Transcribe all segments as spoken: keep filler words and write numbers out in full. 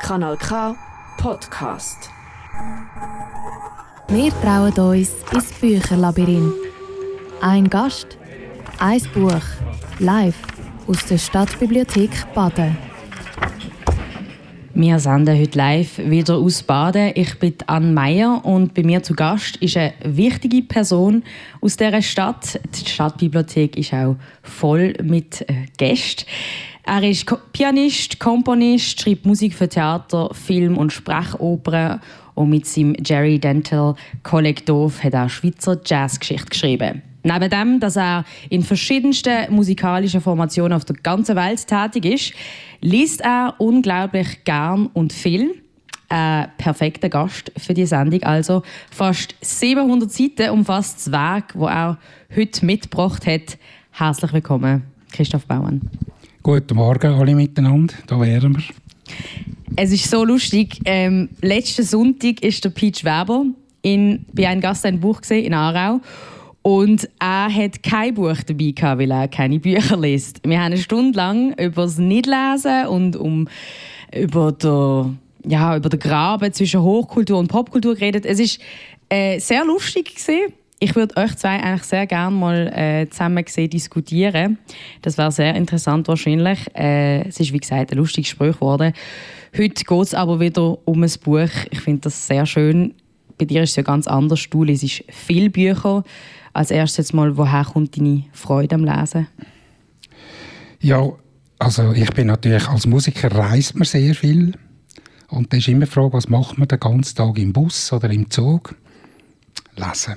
Kanal K Podcast. Wir trauen uns ins Bücherlabyrinth. Ein Gast, ein Buch, live aus der Stadtbibliothek Baden. Wir senden heute live wieder aus Baden. Ich bin Anne Meyer und bei mir zu Gast ist eine wichtige Person aus dieser Stadt. Die Stadtbibliothek ist auch voll mit Gästen. Er ist Pianist, Komponist, schreibt Musik für Theater, Film und Sprechopern und mit seinem Jerry Dental Kollektiv hat er Schweizer Jazzgeschichte geschrieben. Neben dem, dass er in verschiedensten musikalischen Formationen auf der ganzen Welt tätig ist, liest er unglaublich gern und viel. Ein perfekter Gast für die Sendung. Also fast siebenhundert Seiten umfasst das Werk, das er heute mitgebracht hat. Herzlich willkommen, Christoph Baumann. Guten Morgen alle miteinander, da wären wir. Es ist so lustig. Ähm, letzten Sonntag war der Peach Weber in, bei einem Gast ein Buch gesehen, in Aarau. Und er hat kein Buch dabei gehabt, weil er keine Bücher liest. Wir haben eine Stunde lang über das Nichtlesen und um, über, der, ja, über den Graben zwischen Hochkultur und Popkultur geredet. Es war äh, sehr lustig gewesen. Ich würde euch zwei eigentlich sehr gerne mal äh, zusammen sehen, diskutieren. Das wäre sehr interessant wahrscheinlich. Äh, es ist, wie gesagt, ein lustiges Gespräch geworden. Heute geht es aber wieder um ein Buch. Ich finde das sehr schön. Bei dir ist es ja ganz anders. Du liest viele Bücher. Als erstes jetzt mal, woher kommt deine Freude am Lesen? Ja, also ich bin natürlich, als Musiker reist man sehr viel. Und da ist immer die Frage, was macht man den ganzen Tag im Bus oder im Zug? Lesen.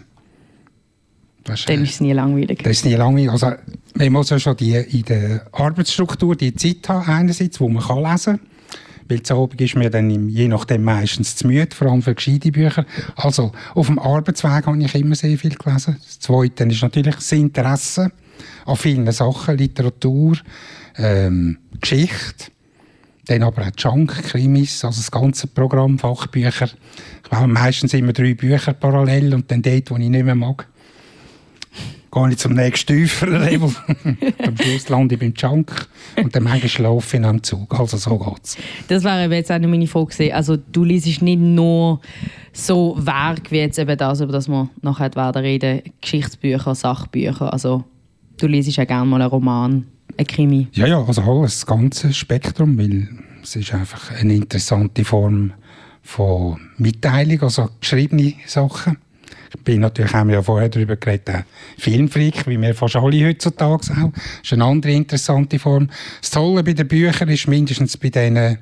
Das ist, Dann ist es nie langweilig. Das ist nie langweilig. Also, man muss ja schon die, in der Arbeitsstruktur die Zeit haben, einerseits, wo man kann lesen kann. Weil zu Abend ist mir dann je nachdem meistens zu müde, vor allem für gescheite Bücher. Also auf dem Arbeitsweg habe ich immer sehr viel gelesen. Das Zweite ist natürlich das Interesse an vielen Sachen, Literatur, ähm, Geschichte, dann aber auch Junk, Krimis, also das ganze Programm, Fachbücher. Ich habe meistens immer drei Bücher parallel und dann dort, wo ich nicht mehr mag, gehe ich zum nächsten tieferen Level. Am Schluss lande ich beim Junk und dann manchmal schlafe ich am Zug. Also so geht's. Das wäre jetzt auch noch meine Frage gewesen. Also du liest nicht nur so Werke wie jetzt eben das, über das wir nachher werden reden, Geschichtsbücher, Sachbücher. Also du liest auch gerne mal einen Roman, einen Krimi. Ja, ja, also alles, das ganze Spektrum, weil es ist einfach eine interessante Form von Mitteilung, also geschriebene Sachen. Ich bin natürlich, haben wir ja vorher darüber geredet, ein Filmfreak, wie wir fast alle heutzutage auch. Das ist eine andere interessante Form. Das Tolle bei den Büchern ist, mindestens bei denen,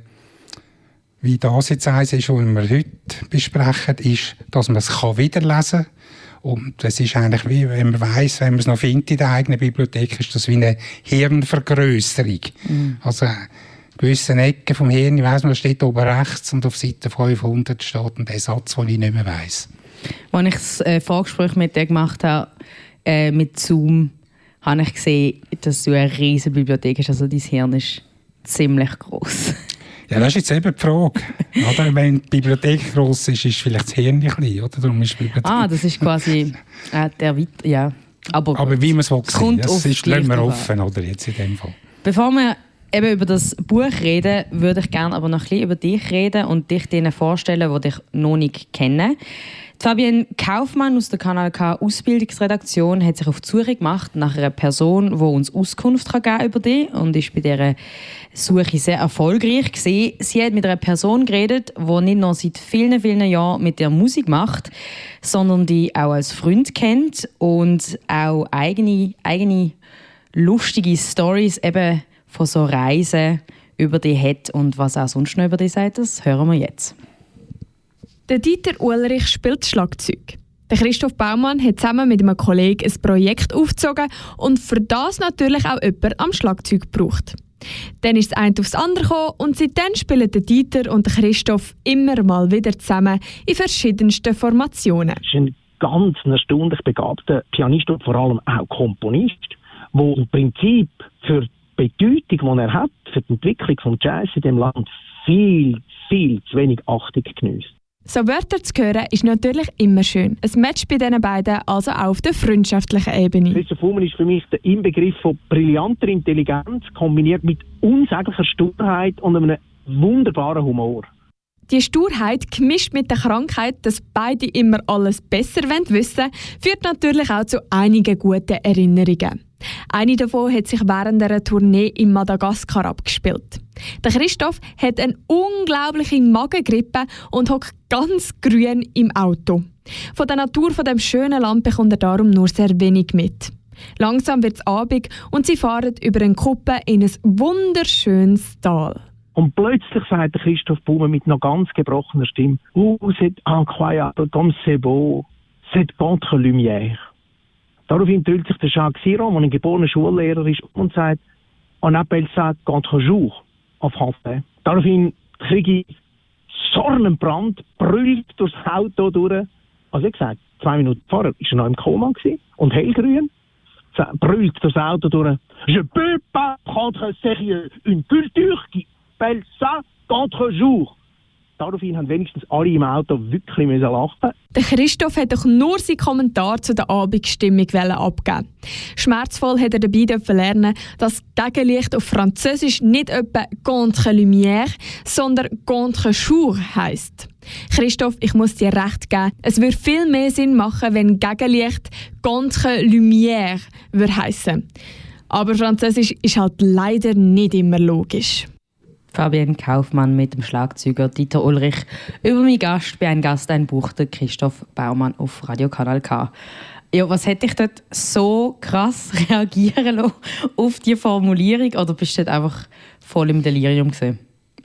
wie das jetzt eins ist, was wir heute besprechen, ist, dass man es wiederlesen kann. Und das ist eigentlich wie, wenn man weiss, wenn man es noch findet in der eigenen Bibliothek, ist das wie eine Hirnvergrösserung. Mhm. Also in gewissen Ecken vom Hirn, ich weiss, man steht oben rechts und auf Seite fünfhundert steht ein Satz, den ich nicht mehr weiss. Als ich das äh, Vorgespräch mit dir gemacht habe, äh, mit Zoom, habe ich gesehen, dass du eine riesige Bibliothek hast. Also dein Hirn ist ziemlich gross. Ja, das ist jetzt eben die Frage. Oder? Wenn die Bibliothek gross ist, ist vielleicht das Hirn nicht klein. Oder? Darum ist die Bibliothek. Ah, das ist quasi äh, der Weit... Ja. Aber, Aber wie man es will, kommt das ist lassen wir offen, oder jetzt in dem Fall. Bevor wir eben über das Buch reden, würde ich gerne aber noch ein bisschen über dich reden und dich denen vorstellen, die dich noch nicht kennen. Fabienne Kaufmann aus der Kanal K Ausbildungsredaktion hat sich auf die Suche gemacht nach einer Person, die uns Auskunft geben kann über dich und ist bei dieser Suche sehr erfolgreich gewesen. Sie hat mit einer Person geredet, die nicht nur seit vielen, vielen Jahren mit der Musik macht, sondern die auch als Freund kennt und auch eigene, eigene lustige Storys eben von so Reisen über die hat und was auch sonst noch über die sagt, das hören wir jetzt. Der Dieter Ullrich spielt Schlagzeug. Der Christoph Baumann hat zusammen mit einem Kollegen ein Projekt aufgezogen und für das natürlich auch jemand am Schlagzeug gebraucht. Dann ist das eine aufs andere gekommen und seitdem spielen der Dieter und der Christoph immer mal wieder zusammen in verschiedensten Formationen. Er ist ein ganz erstaunlich begabter Pianist und vor allem auch Komponist, der im Prinzip für die Bedeutung, die er hat, für die Entwicklung des Jazz in diesem Land viel, viel zu wenig Achtung genießt. So Wörter zu hören ist natürlich immer schön. Ein Match bei diesen beiden, also auch auf der freundschaftlichen Ebene. Christoph Baumann ist für mich der Inbegriff von brillanter Intelligenz, kombiniert mit unsäglicher Sturheit und einem wunderbaren Humor. Die Sturheit, gemischt mit der Krankheit, dass beide immer alles besser wissen wollen, führt natürlich auch zu einigen guten Erinnerungen. Eine davon hat sich während einer Tournee in Madagaskar abgespielt. Der Christoph hat eine unglaubliche Magengrippe und hockt ganz grün im Auto. Von der Natur von dem schönen Land bekommt er darum nur sehr wenig mit. Langsam wird es Abend und sie fahren über eine Kuppe in ein wunderschönes Tal. Und plötzlich sagt der Christoph Baumann mit einer ganz gebrochener Stimme: «Oh, c'est incroyable, comme c'est beau, c'est contre lumière.» Daraufhin tönt sich der Jacques Siron, der ein geborener Schullehrer ist, und sagt: «On appelle ça contre-jour en français.» Daraufhin kriege ich Zornenbrand, brüllt durchs Auto durch. Also wie gesagt, zwei Minuten vorher war er noch im Koma und hellgrün. Brüllt durchs Auto durch: «Je peux pas prendre sérieux une culture qui appelle ça contre-jour.» Daraufhin haben wenigstens alle im Auto wirklich lachen. Der Christoph hat doch nur seinen Kommentar zu der Abendstimmung abgeben. Schmerzvoll hat er dabei lernen, dass Gegenlicht auf Französisch nicht etwa «contre lumière», sondern «contre jour» heisst. Christoph, ich muss dir recht geben, es würde viel mehr Sinn machen, wenn Gegenlicht «contre lumière» würde heissen. Aber Französisch ist halt leider nicht immer logisch. Fabienne Kaufmann mit dem Schlagzeuger Dieter Ulrich über meinen Gast bei «Ein Gast, ein Buch», der Christoph Baumann auf Radio Kanal K. Ja, was hätte dich dort so krass reagieren lassen auf diese Formulierung, oder bist du dort einfach voll im Delirium gewesen?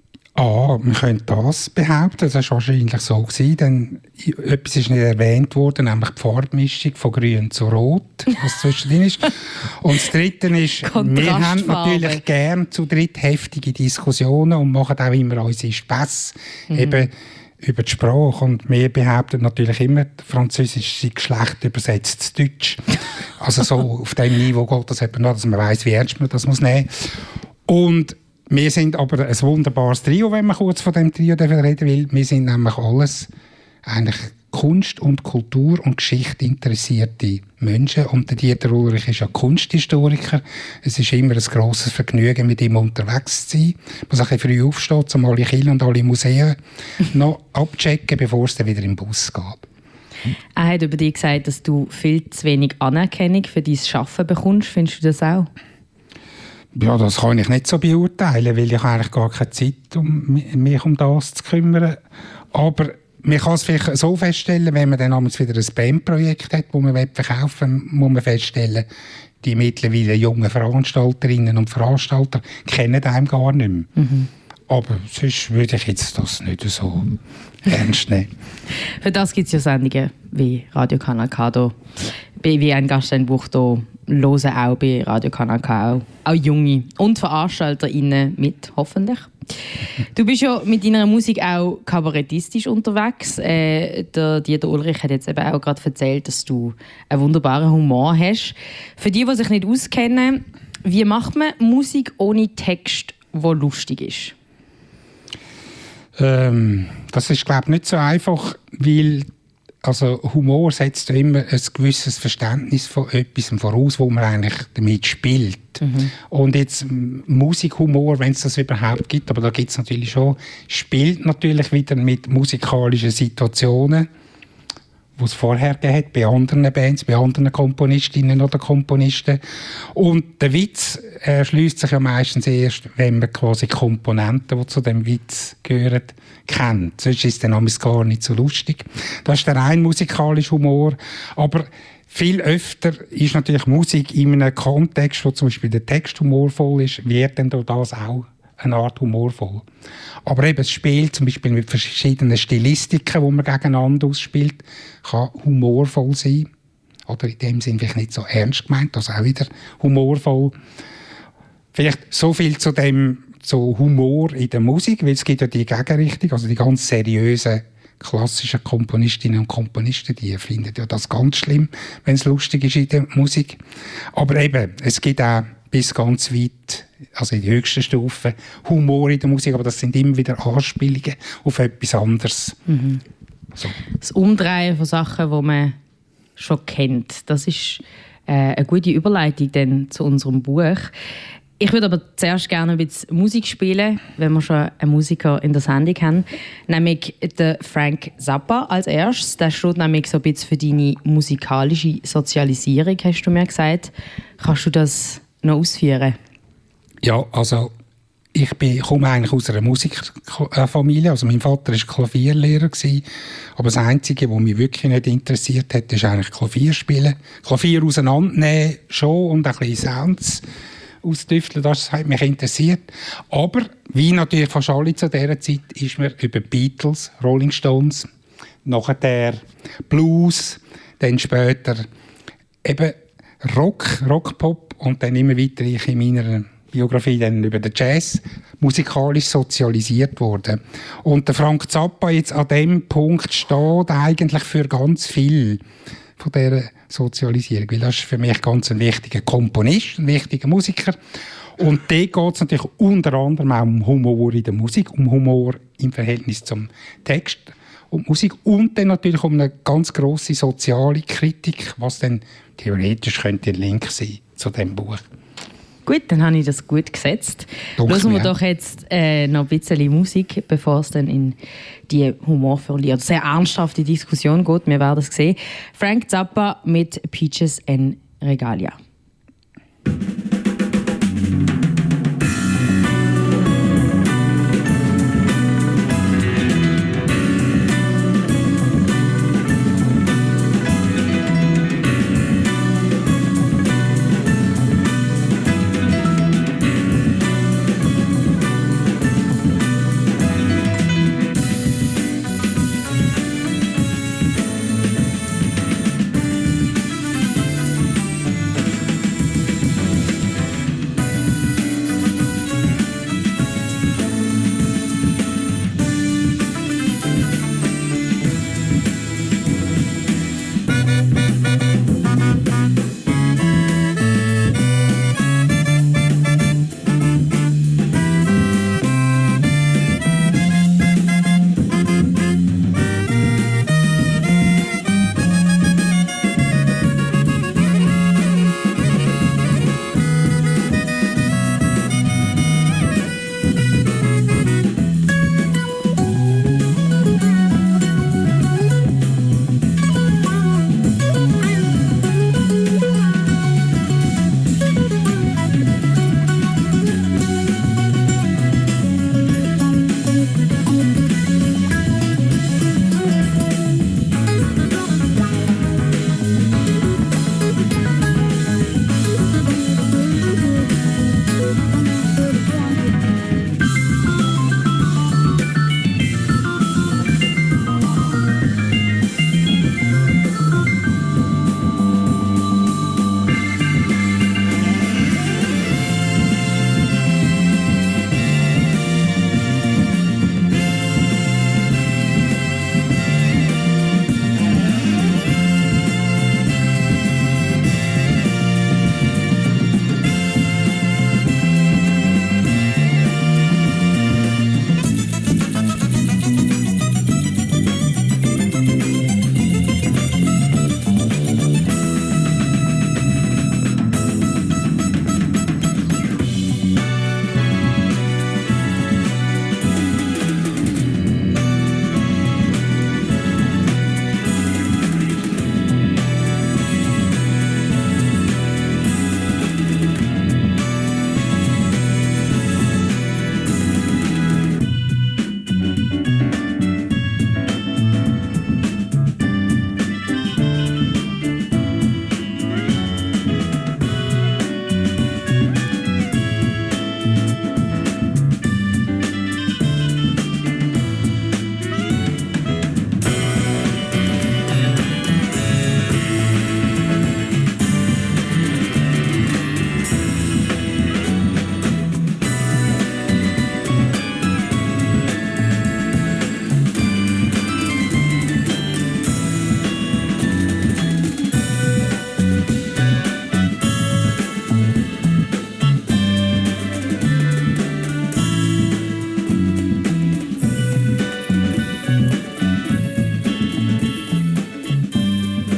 Ah, man könnte das behaupten, das war wahrscheinlich so gewesen, denn etwas ist nicht erwähnt worden, nämlich die Farbmischung von grün zu rot, was zwischendrin ist. Und das Dritte ist, wir haben natürlich gern zu dritt heftige Diskussionen und machen auch immer unsere Spässe mhm. eben über die Sprache. Und wir behaupten natürlich immer, Französisch sei schlecht übersetzt zu Deutsch. Also so auf dem Niveau geht das eben noch, dass man weiss, wie ernst man das muss nehmen. Und wir sind aber ein wunderbares Trio, wenn man kurz von dem Trio reden will. Wir sind nämlich alles eigentlich Kunst und Kultur und Geschichte interessierte Menschen. Und der Dieter Ulrich ist ja Kunsthistoriker. Es ist immer ein grosses Vergnügen, mit ihm unterwegs zu sein. Man muss ein bisschen früh aufstehen, um alle Kirchen und alle Museen noch abzuchecken, bevor es dann wieder im Bus geht. Er hat über dich gesagt, dass du viel zu wenig Anerkennung für dein Arbeiten bekommst. Findest du das auch? Ja, das kann ich nicht so beurteilen, weil ich eigentlich gar keine Zeit um mich um das zu kümmern. Aber man kann es vielleicht so feststellen, wenn man dann abends wieder ein Bandprojekt hat, das man verkaufen will, muss man feststellen, die mittlerweile jungen Veranstalterinnen und Veranstalter kennen einem gar nicht mehr. Mhm. Aber sonst würde ich jetzt das nicht so ernst nehmen. Für das gibt es ja Sendungen wie Radio Kanal K, da, wie «Ein Gast, ein Buch», da hören auch bei Radio Kanal K auch, auch Junge und VeranstalterInnen mit, hoffentlich. Du bist ja mit deiner Musik auch kabarettistisch unterwegs. Äh, der Dieter Ulrich hat jetzt eben auch gerade erzählt, dass du einen wunderbaren Humor hast. Für die, die sich nicht auskennen, wie macht man Musik ohne Text, der lustig ist? Ähm, das ist, glaube ich, nicht so einfach, weil also Humor setzt ja immer ein gewisses Verständnis von etwas voraus, wo man eigentlich damit spielt. Mhm. Und jetzt Musikhumor, wenn es das überhaupt gibt, aber da gibt es natürlich schon, spielt natürlich wieder mit musikalischen Situationen, die es vorher gegeben hat, bei anderen Bands, bei anderen Komponistinnen oder Komponisten. Und der Witz erschließt sich ja meistens erst, wenn man quasi Komponenten, die zu dem Witz gehören, kennt. Sonst ist es dann gar nicht so lustig. Das ist der rein musikalische Humor. Aber viel öfter ist natürlich Musik in einem Kontext, wo zum Beispiel der Text humorvoll ist, wird dann durch das auch eine Art humorvoll. Aber eben das Spiel, zum Beispiel mit verschiedenen Stilistiken, die man gegeneinander ausspielt, kann humorvoll sein. Oder in dem Sinne vielleicht nicht so ernst gemeint, das auch wieder humorvoll. Vielleicht so viel zu dem zu Humor in der Musik, weil es gibt ja die Gegenrichtung, also die ganz seriösen klassischen Komponistinnen und Komponisten, die finden ja das ganz schlimm, wenn es lustig ist in der Musik. Aber eben, es gibt auch bis ganz weit, also in die höchsten Stufen, Humor in der Musik, aber das sind immer wieder Anspielungen auf etwas anderes. Mhm. So. Das Umdrehen von Sachen, die man schon kennt, das ist äh, eine gute Überleitung dann zu unserem Buch. Ich würde aber zuerst gerne ein bisschen Musik spielen, wenn wir schon einen Musiker in der Sendung haben. Nämlich den Frank Zappa als erstes. Der steht nämlich so ein bisschen für deine musikalische Sozialisierung, hast du mir gesagt. Kannst du das noch ausführen? Ja, also ich bin, komme eigentlich aus einer Musikfamilie. Also mein Vater war Klavierlehrer, aber das Einzige, was mich wirklich nicht interessiert hat, ist eigentlich Klavierspielen. Klavier auseinandernehmen schon und ein bisschen Sounds ausdüfteln, das hat mich interessiert. Aber, wie natürlich fast alle zu dieser Zeit, ist mir über Beatles, Rolling Stones, nachher der Blues, dann später eben Rock, Rockpop und dann immer weiter ich in meiner Biografie dann über den Jazz musikalisch sozialisiert worden. Und der Frank Zappa jetzt an dem Punkt steht eigentlich für ganz viel von dieser Sozialisierung, weil das ist für mich ganz ein wichtiger Komponist, ein wichtiger Musiker. Und dort geht es natürlich unter anderem auch um Humor in der Musik, um Humor im Verhältnis zum Text und Musik und dann natürlich um eine ganz grosse soziale Kritik, was dann theoretisch könnte ein Link sein zu diesem Buch. Gut, dann habe ich das gut gesetzt. Hören wir doch jetzt äh, noch ein bisschen Musik, bevor es dann in die humorvolle oder sehr ernsthafte Diskussion geht. Wir werden es sehen. Frank Zappa mit Peaches en Regalia.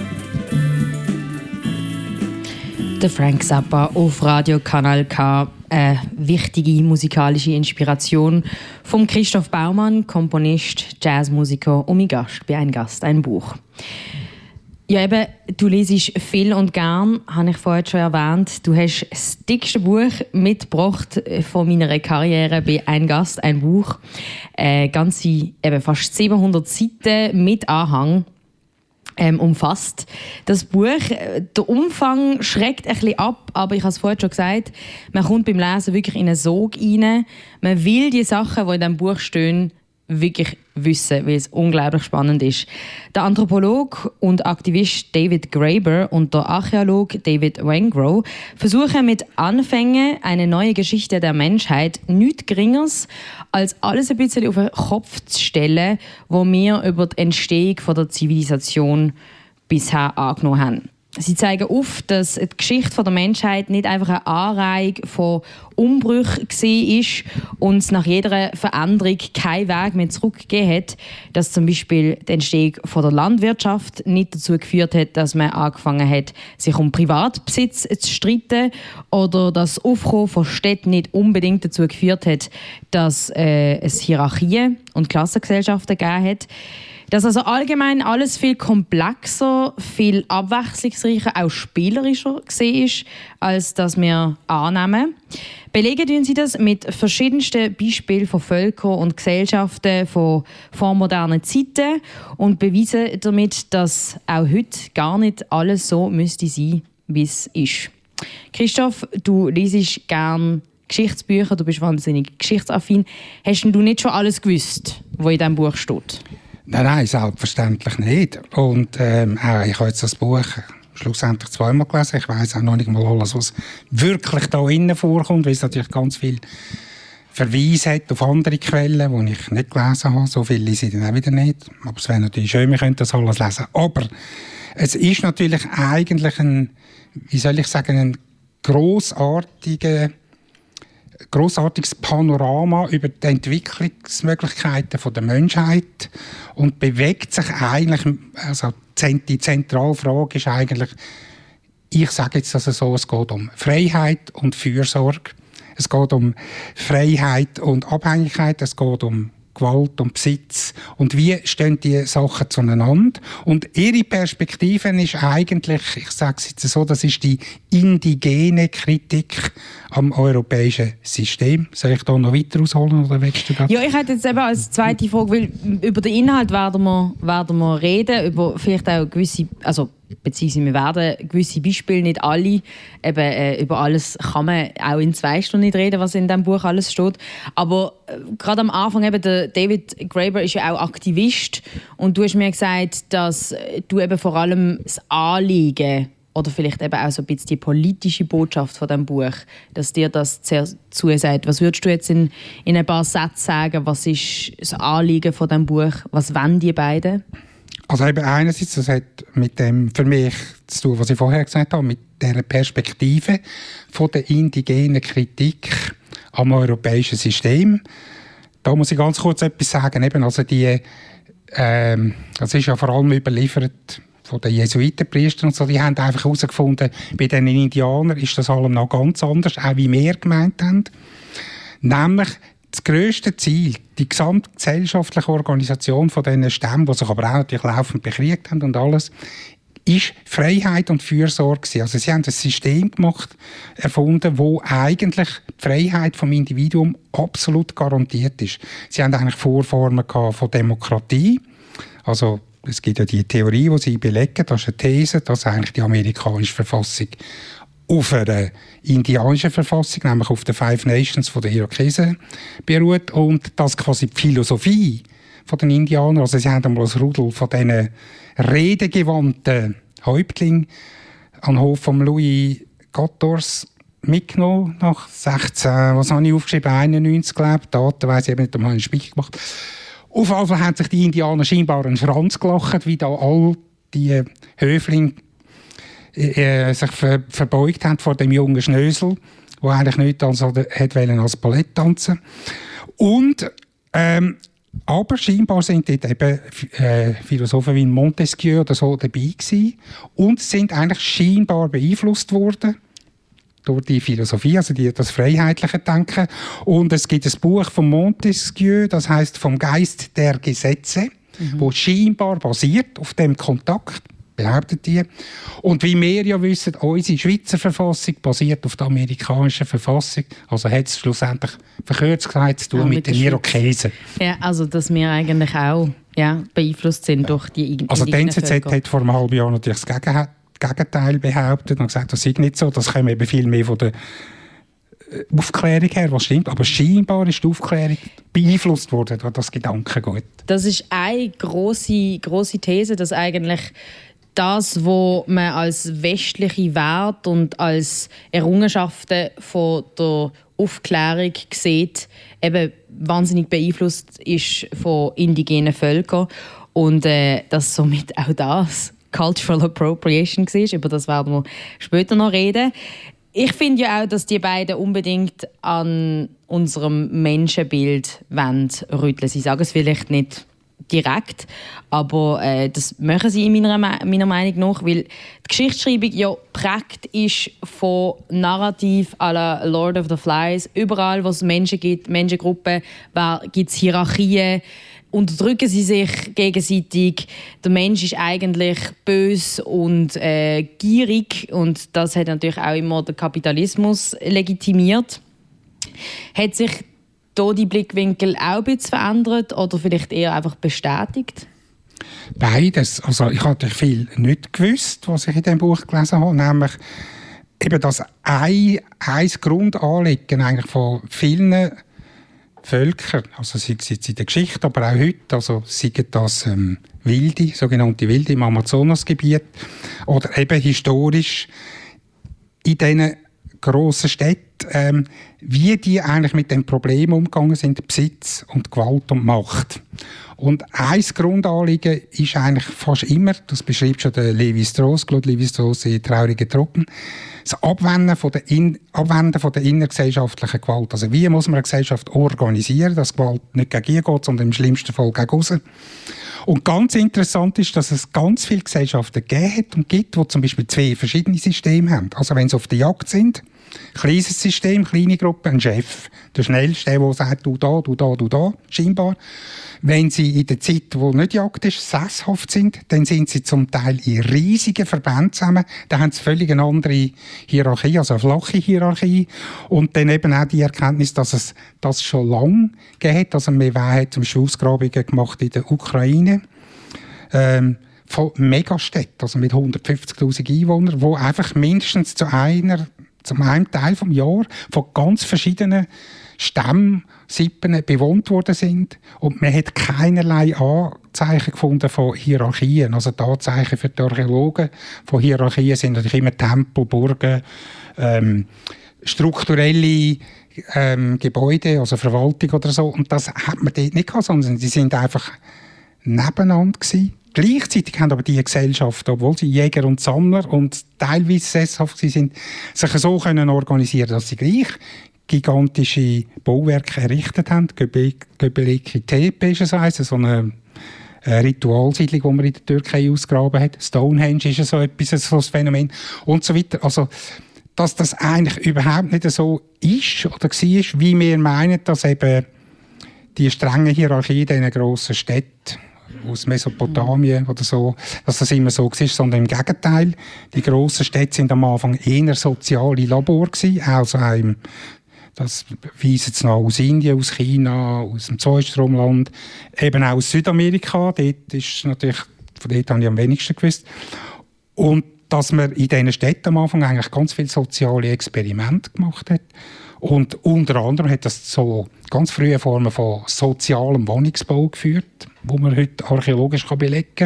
Der Frank Zappa auf Radio Kanal K. eine wichtige musikalische Inspiration von Christoph Baumann, Komponist, Jazzmusiker und mein Gast bei «Ein Gast, ein Buch». Ja, eben, du liest viel und gern, habe ich vorhin schon erwähnt. Du hast das dickste Buch mitgebracht von meiner Karriere bei «Ein Gast, ein Buch». Äh, ganze eben fast siebenhundert Seiten mit Anhang. Ähm, umfasst. Das Buch, der Umfang schreckt ein bisschen ab, aber ich habe es vorhin schon gesagt, man kommt beim Lesen wirklich in einen Sog rein. Man will die Sachen, die in diesem Buch stehen, wirklich wissen, weil es unglaublich spannend ist. Der Anthropologe und Aktivist David Graeber und der Archäologe David Wengrow versuchen mit Anfängen eine neue Geschichte der Menschheit nichts Geringeres als alles ein bisschen auf den Kopf zu stellen, wo wir über die Entstehung der Zivilisation bisher angenommen haben. Sie zeigen auf, dass die Geschichte der Menschheit nicht einfach eine Anreihung von Umbrüchen war und es nach jeder Veränderung keinen Weg mehr zurückgegeben hat. Dass zum Beispiel die Entstehung der Landwirtschaft nicht dazu geführt hat, dass man angefangen hat, sich um Privatbesitz zu streiten, oder dass das Aufkommen von Städten nicht unbedingt dazu geführt hat, dass äh, es Hierarchien und Klassengesellschaften gegeben hat. Dass also allgemein alles viel komplexer, viel abwechslungsreicher, auch spielerischer war, als das wir annehmen. Belegen tun sie das mit verschiedensten Beispielen von Völkern und Gesellschaften von vormodernen Zeiten und beweisen damit, dass auch heute gar nicht alles so müsste sein, wie es ist. Christoph, du liest gerne Geschichtsbücher, du bist wahnsinnig geschichtsaffin. Hast du nicht schon alles gewusst, was in diesem Buch steht? Nein, nein, selbstverständlich nicht. Und ähm, auch, ich habe jetzt das Buch schlussendlich zweimal gelesen. Ich weiss auch noch nicht mal alles, was wirklich da innen vorkommt, weil es natürlich ganz viel Verweise hat auf andere Quellen, die ich nicht gelesen habe. So viele lese ich dann auch wieder nicht. Aber es wäre natürlich schön, wir könnten das alles lesen. Aber es ist natürlich eigentlich ein, wie soll ich sagen, ein grossartiger grossartiges Panorama über die Entwicklungsmöglichkeiten der Menschheit und bewegt sich eigentlich, also die zentrale Frage ist eigentlich, ich sage jetzt also so, es geht um Freiheit und Fürsorge, es geht um Freiheit und Abhängigkeit, es geht um Gewalt und Besitz. Und wie stehen die Sachen zueinander? Und ihre Perspektive ist eigentlich, ich sage es jetzt so, das ist die indigene Kritik am europäischen System. Soll ich da noch weiter ausholen oder willst du das? Ja, ich hätte jetzt eben als zweite Frage, weil über den Inhalt werden wir, werden wir reden, über vielleicht auch gewisse, also beziehungsweise wir werden gewisse Beispiele, nicht alle, eben, äh, über alles kann man auch in zwei Stunden nicht reden, was in diesem Buch alles steht. Aber äh, gerade am Anfang, eben, der David Graeber ist ja auch Aktivist und du hast mir gesagt, dass du eben vor allem das Anliegen oder vielleicht eben auch so ein bisschen die politische Botschaft von diesem Buch, dass dir das sehr zusagt. Was würdest du jetzt in, in ein paar Sätzen sagen, was ist das Anliegen von diesem Buch? Was wollen die beiden? Also eben einerseits, das hat mit dem für mich zu tun, was ich vorher gesagt habe, mit dieser Perspektive von der indigenen Kritik am europäischen System. Da muss ich ganz kurz etwas sagen. Eben, also die, ähm, das ist ja vor allem überliefert von den Jesuitenpriestern und so, die haben einfach herausgefunden, bei den Indianern ist das allem noch ganz anders, auch wie wir gemeint haben. Nämlich das grösste Ziel, die gesamtgesellschaftliche Organisation von diesen Stämmen, die sich aber auch natürlich laufend bekriegt haben und alles, ist Freiheit und Fürsorge. Also sie haben ein System gemacht, erfunden, wo eigentlich die Freiheit vom Individuum absolut garantiert ist. Sie haben eigentlich Vorformen von Demokratie. Also es gibt ja die Theorie, die sie belegen, das ist eine These, dass eigentlich die amerikanische Verfassung auf einer indianischen Verfassung, nämlich auf den Five Nations von den Irokesen beruht und das quasi die Philosophie von den Indianern, also sie haben einmal ein Rudel von diesen redegewandten Häuptlingen an den Hof von Louis quatorze mitgenommen, nach sechzehn, was habe ich aufgeschrieben, einundneunzig, glaube ich, Daten weiss ich eben nicht, da habe ich einen Spiegel gemacht. Auf jeden Fall haben sich die Indianer scheinbar einen Schranz gelacht, wie da all die Höflinge äh, sich ver- verbeugt haben vor dem jungen Schnösel, der eigentlich nichts als, als Ballett tanzen. Und ähm, aber scheinbar sind dort eben äh, Philosophen wie Montesquieu oder so dabei gewesen und sind eigentlich scheinbar beeinflusst worden durch die Philosophie, also die, das freiheitliche Denken. Und es gibt ein Buch von Montesquieu, das heißt «Vom Geist der Gesetze», mhm. wo scheinbar basiert auf dem Kontakt, behauptet die. Und wie wir ja wissen, unsere Schweizer Verfassung basiert auf der amerikanischen Verfassung. Also hat es schlussendlich verkürzt gesagt zu tun ja, mit, mit den Irokesen. Ja, also dass wir eigentlich auch ja, beeinflusst sind ja. durch die indigenen Also die N Z Z hat vor einem halben Jahr natürlich das Gegenteil, Gegenteil behauptet und gesagt, das sei nicht so. Das kommt eben viel mehr von der Aufklärung her, was stimmt. Aber scheinbar ist die Aufklärung beeinflusst worden durch das Gedankengut. Das ist eine grosse, grosse These, dass eigentlich das, was man als westliche Werte und als Errungenschaften von der Aufklärung sieht, eben wahnsinnig beeinflusst ist von indigenen Völkern und äh, dass somit auch das Cultural Appropriation war. Über das werden wir später noch reden. Ich finde ja auch, dass die beiden unbedingt an unserem Menschenbild rütteln. Sie sagen es vielleicht nicht direkt, aber äh, das machen sie in meiner, meiner Meinung nach, weil die Geschichtsschreibung ja prägt ist von Narrativ à la Lord of the Flies. Überall, wo es Menschen gibt, Menschengruppen, gibt es Hierarchien, unterdrücken sie sich gegenseitig. Der Mensch ist eigentlich böse und äh, gierig und das hat natürlich auch immer den Kapitalismus legitimiert. Hat sich da die Blickwinkel auch ein bisschen verändert oder vielleicht eher einfach bestätigt? Beides. Also ich hatte viel nicht gewusst, was ich in diesem Buch gelesen habe, nämlich eben das ein, ein Grundanliegen eigentlich von vielen Völkern, also sei es jetzt in der Geschichte, aber auch heute, also seien das ähm, Wilde, sogenannte Wilde im Amazonasgebiet oder eben historisch in diesen grossen Städten, ähm, wie die eigentlich mit dem Problem umgegangen sind, Besitz und Gewalt und Macht. Und ein Grundanliegen ist eigentlich fast immer, das beschreibt schon der Lévi-Strauss, Claude Lévi-Strauss in «Traurige Truppen», das Abwenden von der, in, Abwenden von der innergesellschaftlichen Gewalt. Also wie muss man eine Gesellschaft organisieren, dass Gewalt nicht gegen ihr geht, sondern im schlimmsten Fall gegen raus. Und ganz interessant ist, dass es ganz viele Gesellschaften gegeben hat und gibt, die zum Beispiel zwei verschiedene Systeme haben. Also wenn sie auf der Jagd sind, kleines System, kleine Gruppe, ein Chef. Der Schnellste, der sagt, du da, du da, du da, scheinbar. Wenn sie in der Zeit, wo nicht Jagd ist, sesshaft sind, dann sind sie zum Teil in riesigen Verbänden zusammen. Da haben sie völlig eine andere Hierarchie, also eine flache Hierarchie. Und dann eben auch die Erkenntnis, dass es das schon lange gegeben hat. Also wir haben zum Beispiel Ausgrabungen gemacht in der Ukraine. Ähm, von Megastädten, also mit hundertfünfzigtausend Einwohnern, die einfach mindestens zu einer zum einen Teil des Jahres von ganz verschiedenen Stämmen, Sippen bewohnt worden sind. Und man hat keinerlei Anzeichen gefunden von Hierarchien. Also die Anzeichen für die Archäologen von Hierarchien sind natürlich immer Tempel, Burgen, ähm, strukturelle ähm, Gebäude, also Verwaltung oder so. Und das hat man dort nicht gehabt, sondern sie sind einfach nebeneinander gewesen. Gleichzeitig haben aber die Gesellschaften, obwohl sie Jäger und Sammler und teilweise sesshaft sind, sich so können organisieren, dass sie gleich gigantische Bauwerke errichtet haben. Göbekli Tepe ist es eins, so eine Ritualsiedlung, die man in der Türkei ausgegraben hat. Stonehenge ist so etwas, so ein Phänomen und so weiter. Also, dass das eigentlich überhaupt nicht so ist oder war, wie wir meinen, dass eben die strenge Hierarchie in diesen grossen Städten aus Mesopotamien oder so, dass das immer so war, sondern im Gegenteil. Die grossen Städte waren am Anfang eher soziale Labore gewesen, also auch das weisen es noch aus Indien, aus China, aus dem Zweistromland, eben auch aus Südamerika. Dort ist natürlich, von dort habe ich am wenigsten gewusst. Und dass man in diesen Städten am Anfang eigentlich ganz viele soziale Experimente gemacht hat. Und unter anderem hat das so ganz frühe Formen von sozialem Wohnungsbau geführt, wo man heute archäologisch belegen kann.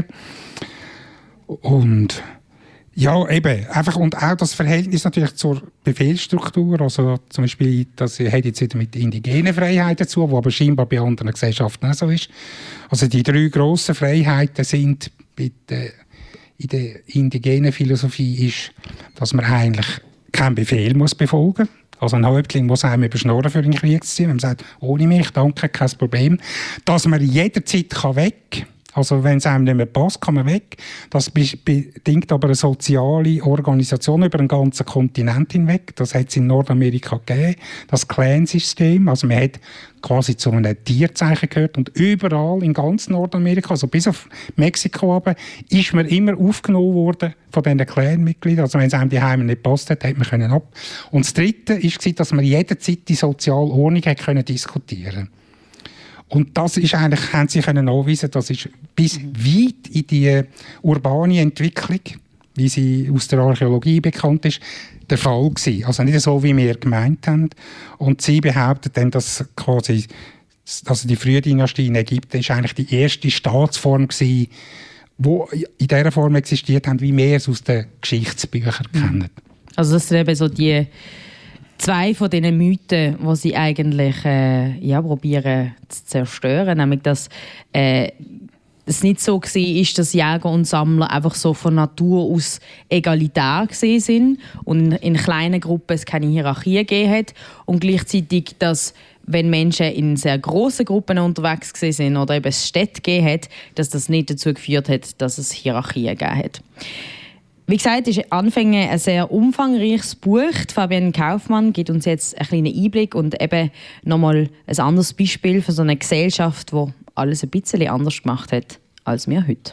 Und ja, eben, einfach, und auch das Verhältnis natürlich zur Befehlsstruktur, also zum Beispiel, das hat jetzt wieder mit indigenen Freiheiten zu, wo aber scheinbar bei anderen Gesellschaften auch so ist. Also die drei grossen Freiheiten sind bei der, in der indigenen Philosophie ist, dass man eigentlich keinen Befehl muss befolgen muss. Also ein Häuptling muss einem überschnorren für den Krieg zu ziehen. Man sagt, ohne mich, danke, kein Problem. Dass man jederzeit weg kann. Also wenn es einem nicht mehr passt, kann man weg. Das bedingt aber eine soziale Organisation über den ganzen Kontinent hinweg. Das hat es in Nordamerika gegeben, das Clan-System. Also man hat quasi zu einem Tierzeichen gehört und überall in ganz Nordamerika, also bis auf Mexiko aber, ist man immer aufgenommen worden von diesen Clan-Mitgliedern. Also wenn es einem die Heime nicht passt hat, hat man können ab. Und das Dritte war, dass man jederzeit die soziale Ordnung hat können diskutieren. Und das ist eigentlich, haben sie können nachweisen, das ist bis weit in die urbane Entwicklung, wie sie aus der Archäologie bekannt ist, der Fall gewesen. Also nicht so, wie wir gemeint haben. Und sie behaupten dann, dass quasi, also die frühe Dynastie in Ägypten ist eigentlich die erste Staatsform gewesen, die in dieser Form existiert hat, wie wir es aus den Geschichtsbüchern mhm. kennen. Also das sind eben so die zwei von diesen Mythen, die sie eigentlich äh, ja, probieren zu zerstören, nämlich dass äh, es nicht so war, dass Jäger und Sammler einfach so von Natur aus egalitär gesehen sind und in kleinen Gruppen es keine Hierarchie gegeben hat und gleichzeitig, dass wenn Menschen in sehr grossen Gruppen unterwegs sind oder eben es Städte gegeben hat, dass das nicht dazu geführt hat, dass es Hierarchien gegeben hat. Wie gesagt, ist Anfänge ein sehr umfangreiches Buch. Fabienne Kaufmann gibt uns jetzt einen kleinen Einblick und eben nochmal ein anderes Beispiel für so eine Gesellschaft, die alles ein bisschen anders gemacht hat als wir heute.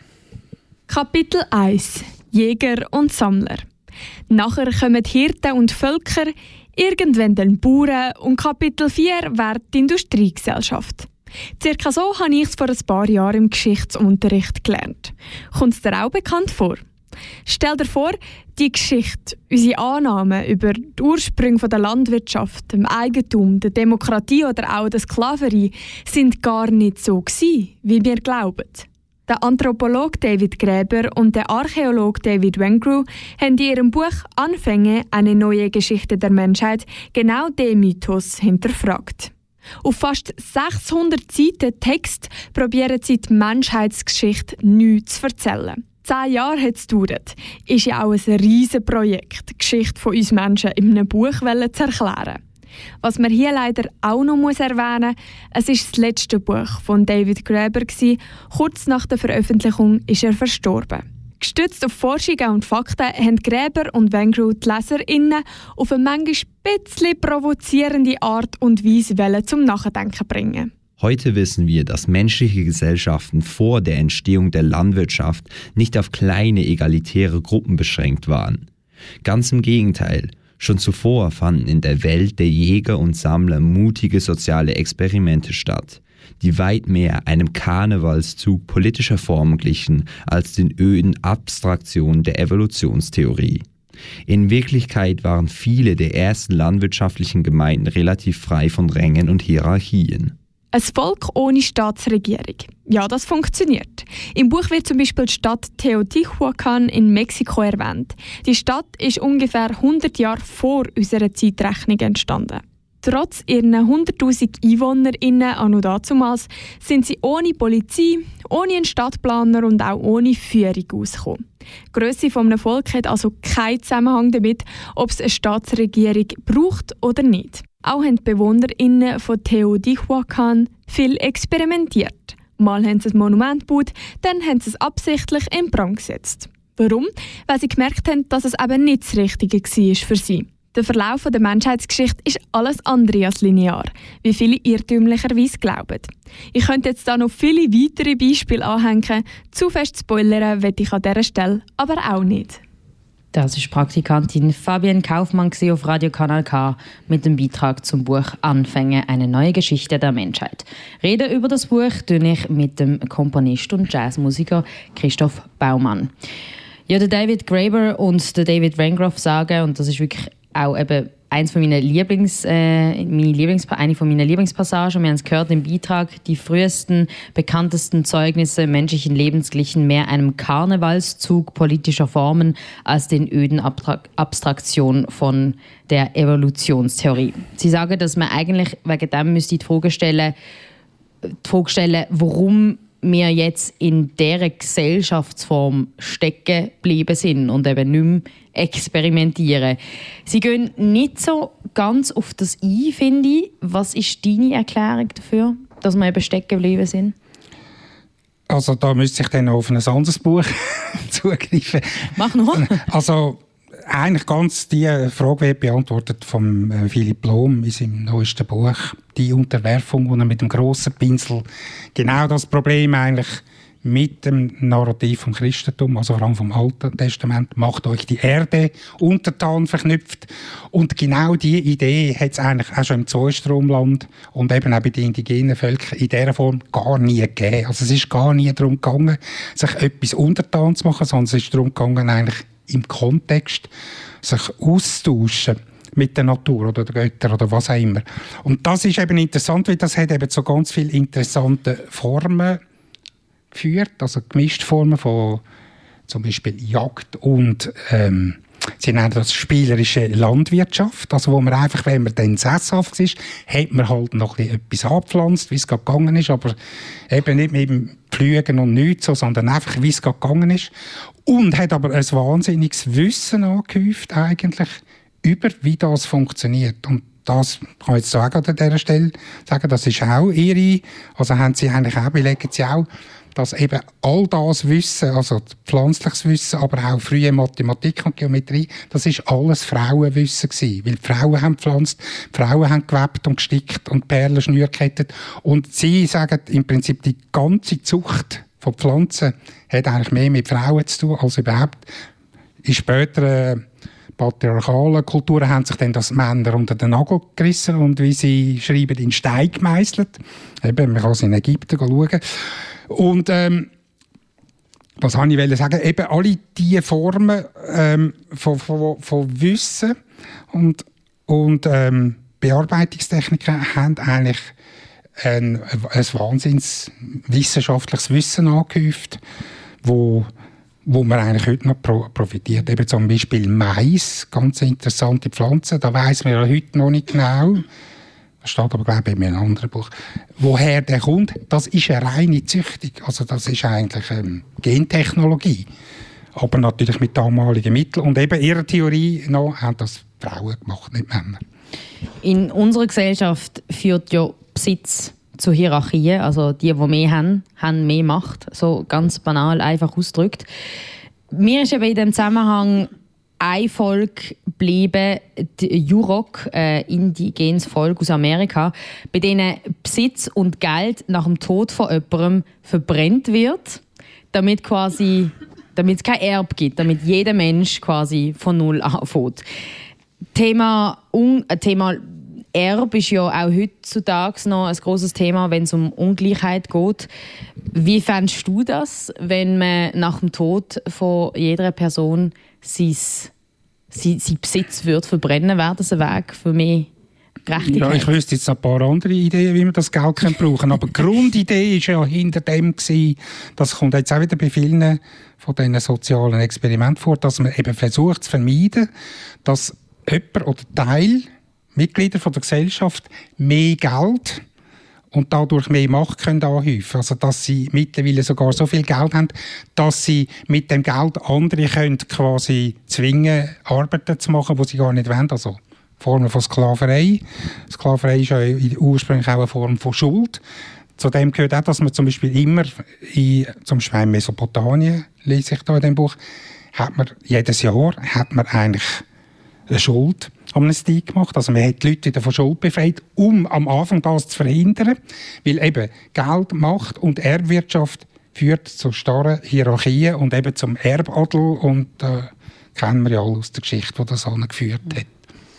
Kapitel eins. Jäger und Sammler. Nachher kommen die Hirten und Völker, irgendwann dann Bauern und Kapitel vier wäre die Industriegesellschaft. Circa so habe ich es vor ein paar Jahren im Geschichtsunterricht gelernt. Kommt es dir auch bekannt vor? Stell dir vor, die Geschichte, unsere Annahmen über die Ursprünge der Landwirtschaft, dem Eigentum, der Demokratie oder auch der Sklaverei sind gar nicht so gewesen, wie wir glauben. Der Anthropologe David Graeber und der Archäologe David Wengrow haben in ihrem Buch «Anfänge – Eine neue Geschichte der Menschheit» genau diesen Mythos hinterfragt. Auf fast sechshundert Seiten Text probieren sie die Menschheitsgeschichte neu zu erzählen. Zehn Jahre hat es gedauert. Ist ja auch ein riesiges Projekt, die Geschichte von uns Menschen in einem Buch zu erklären. Was man hier leider auch noch erwähnen muss, es ist das letzte Buch von David Graeber. Kurz nach der Veröffentlichung ist er verstorben. Gestützt auf Forschungen und Fakten haben Graeber und Wengrow die LeserInnen auf eine manchmal ein bisschen provozierende Art und Weise zum Nachdenken bringen. Heute wissen wir, dass menschliche Gesellschaften vor der Entstehung der Landwirtschaft nicht auf kleine egalitäre Gruppen beschränkt waren. Ganz im Gegenteil, schon zuvor fanden in der Welt der Jäger und Sammler mutige soziale Experimente statt, die weit mehr einem Karnevalszug politischer Formen glichen als den öden Abstraktionen der Evolutionstheorie. In Wirklichkeit waren viele der ersten landwirtschaftlichen Gemeinden relativ frei von Rängen und Hierarchien. Ein Volk ohne Staatsregierung. Ja, das funktioniert. Im Buch wird zum Beispiel die Stadt Teotihuacan in Mexiko erwähnt. Die Stadt ist ungefähr hundert Jahre vor unserer Zeitrechnung entstanden. Trotz ihren hunderttausend EinwohnerInnen anno dazumals sind sie ohne Polizei, ohne einen Stadtplaner und auch ohne Führung ausgekommen. Die Grösse eines Volkes hat also keinen Zusammenhang damit, ob es eine Staatsregierung braucht oder nicht. Auch haben die BewohnerInnen von Teotihuacan viel experimentiert. Mal haben sie ein Monument gebaut, dann haben sie es absichtlich in Brand gesetzt. Warum? Weil sie gemerkt haben, dass es eben nicht das Richtige war für sie. Der Verlauf der Menschheitsgeschichte ist alles andere als linear, wie viele irrtümlicherweise glauben. Ich könnte jetzt da noch viele weitere Beispiele anhängen, zu fest spoilern will ich an dieser Stelle aber auch nicht. Das ist Praktikantin Fabienne Kaufmann auf Radio Kanal K mit dem Beitrag zum Buch «Anfänge – Eine neue Geschichte der Menschheit». Reden über das Buch tue ich mit dem Komponist und Jazzmusiker Christoph Baumann. Ja, der David Graeber und der David Wengrow sagen, und das ist wirklich auch eben eins von meinen Lieblings, äh, meine Lieblings, eine von meinen Lieblingspassagen. Wir haben es gehört im Beitrag, die frühesten, bekanntesten Zeugnisse menschlichen Lebens glichen mehr einem Karnevalszug politischer Formen als den öden Abtrakt- Abstraktionen von der Evolutionstheorie. Sie sagen, dass man eigentlich wegen dem müsste die Frage stellen, die Frage stellen, warum wir jetzt in dieser Gesellschaftsform stecken geblieben sind und eben nicht mehr experimentieren. Sie gehen nicht so ganz auf das ein, finde ich. Was ist deine Erklärung dafür, dass wir eben stecken geblieben sind? Also da müsste ich dann auf ein anderes Buch zugreifen. Mach nur. Also eigentlich ganz die Frage wird beantwortet von äh, Philipp Lohm in seinem neuesten Buch, die Unterwerfung, wo er mit dem grossen Pinsel genau das Problem eigentlich mit dem Narrativ vom Christentum, also vor allem vom Alten Testament, macht euch die Erde untertan verknüpft. Und genau diese Idee hat es eigentlich auch schon im Zweistromland und eben auch bei den indigenen Völkern in dieser Form gar nie gegeben. Also es ist gar nie darum gegangen, sich etwas untertan zu machen, sondern es ist darum gegangen, eigentlich im Kontext sich auszutauschen mit der Natur oder der Götter oder was auch immer. Und das ist eben interessant, weil das hat eben so ganz viele interessante Formen geführt, also gemischte Formen von zum Beispiel Jagd und ähm, sie nennen das spielerische Landwirtschaft, also wo man einfach, wenn man dann sesshaft ist, hat man halt noch etwas angepflanzt, wie es gerade gegangen ist, aber eben nicht mit dem Pflügen und nichts so, sondern einfach, wie es gerade gegangen ist. Und hat aber ein wahnsinniges Wissen angehäuft eigentlich über, wie das funktioniert. Und das kann ich jetzt sagen an dieser Stelle sagen, das ist auch ihre, also haben sie eigentlich auch, belegen sie auch, dass eben all das Wissen, also pflanzliches Wissen, aber auch frühe Mathematik und Geometrie, das ist alles Frauenwissen gewesen. Weil die Frauen haben gepflanzt, die Frauen haben gewebt und gestickt und Perlen schnürkettet. Und sie sagen im Prinzip, die ganze Zucht von Pflanzen hat eigentlich mehr mit Frauen zu tun als überhaupt. In späteren patriarchalen Kulturen haben sich dann das Männer unter den Nagel gerissen und wie sie schreiben, in Stein gemeißelt. Eben, man kann es in Ägypten schauen. Und ähm, was wollte ich sagen? Eben alle diese Formen ähm, von, von, von Wissen und, und ähm, Bearbeitungstechniken haben eigentlich ein, ein wahnsinns wissenschaftliches Wissen angehäuft, wo, wo man eigentlich heute noch pro, profitiert. Eben zum Beispiel Mais, ganz interessante Pflanze, da weiss man ja heute noch nicht genau. Das steht aber, glaube ich, in einem anderen Buch. Woher der kommt, das ist eine reine Züchtung. Also das ist eigentlich ähm, Gentechnologie. Aber natürlich mit damaligen Mitteln. Und eben ihrer Theorie noch haben das Frauen gemacht, nicht Männer. In unserer Gesellschaft führt ja Besitz zu Hierarchien. Also die, die mehr haben, haben mehr Macht. So ganz banal, einfach ausgedrückt. Mir ist eben in diesem Zusammenhang ein Volk geblieben, die Yurok, ein indigenes Volk aus Amerika, bei denen Besitz und Geld nach dem Tod von jemandem verbrennt wird, damit quasi, damit es kein Erbe gibt, damit jeder Mensch quasi von Null anfängt. Thema, Un- Thema Erbe ist ja auch heutzutage noch ein grosses Thema, wenn es um Ungleichheit geht. Wie fändest du das, wenn man nach dem Tod von jeder Person sein, sein, sein Besitz würde verbrennen? Wäre das ein Weg für mehr Gerechtigkeit? Ja, ich wüsste jetzt ein paar andere Ideen, wie man das Geld brauchen kann. Aber die Grundidee war ja hinter dem, gewesen, das kommt jetzt auch wieder bei vielen von diesen sozialen Experimenten vor, dass man eben versucht zu vermeiden, dass jemand oder Teil Mitglieder von der Gesellschaft mehr Geld und dadurch mehr Macht können anhäufen. Also dass sie mittlerweile sogar so viel Geld haben, dass sie mit dem Geld andere können quasi zwingen, Arbeiten zu machen, die sie gar nicht wollen. Also Formen von Sklaverei. Sklaverei ist ja ursprünglich auch eine Form von Schuld. Zudem gehört auch, dass man zum Beispiel immer, in, zum Beispiel in Mesopotamien, lese ich da in dem Buch, hat man jedes Jahr hat man eigentlich eine Schuld Amnestie gemacht. Also man hat die Leute wieder von Schuld befreit, um am Anfang das zu verhindern. Weil eben Geld, Macht und Erbwirtschaft führt zu starren Hierarchien und eben zum Erbadel. Und da äh, kennen wir ja alle aus der Geschichte, die das angeführt hat.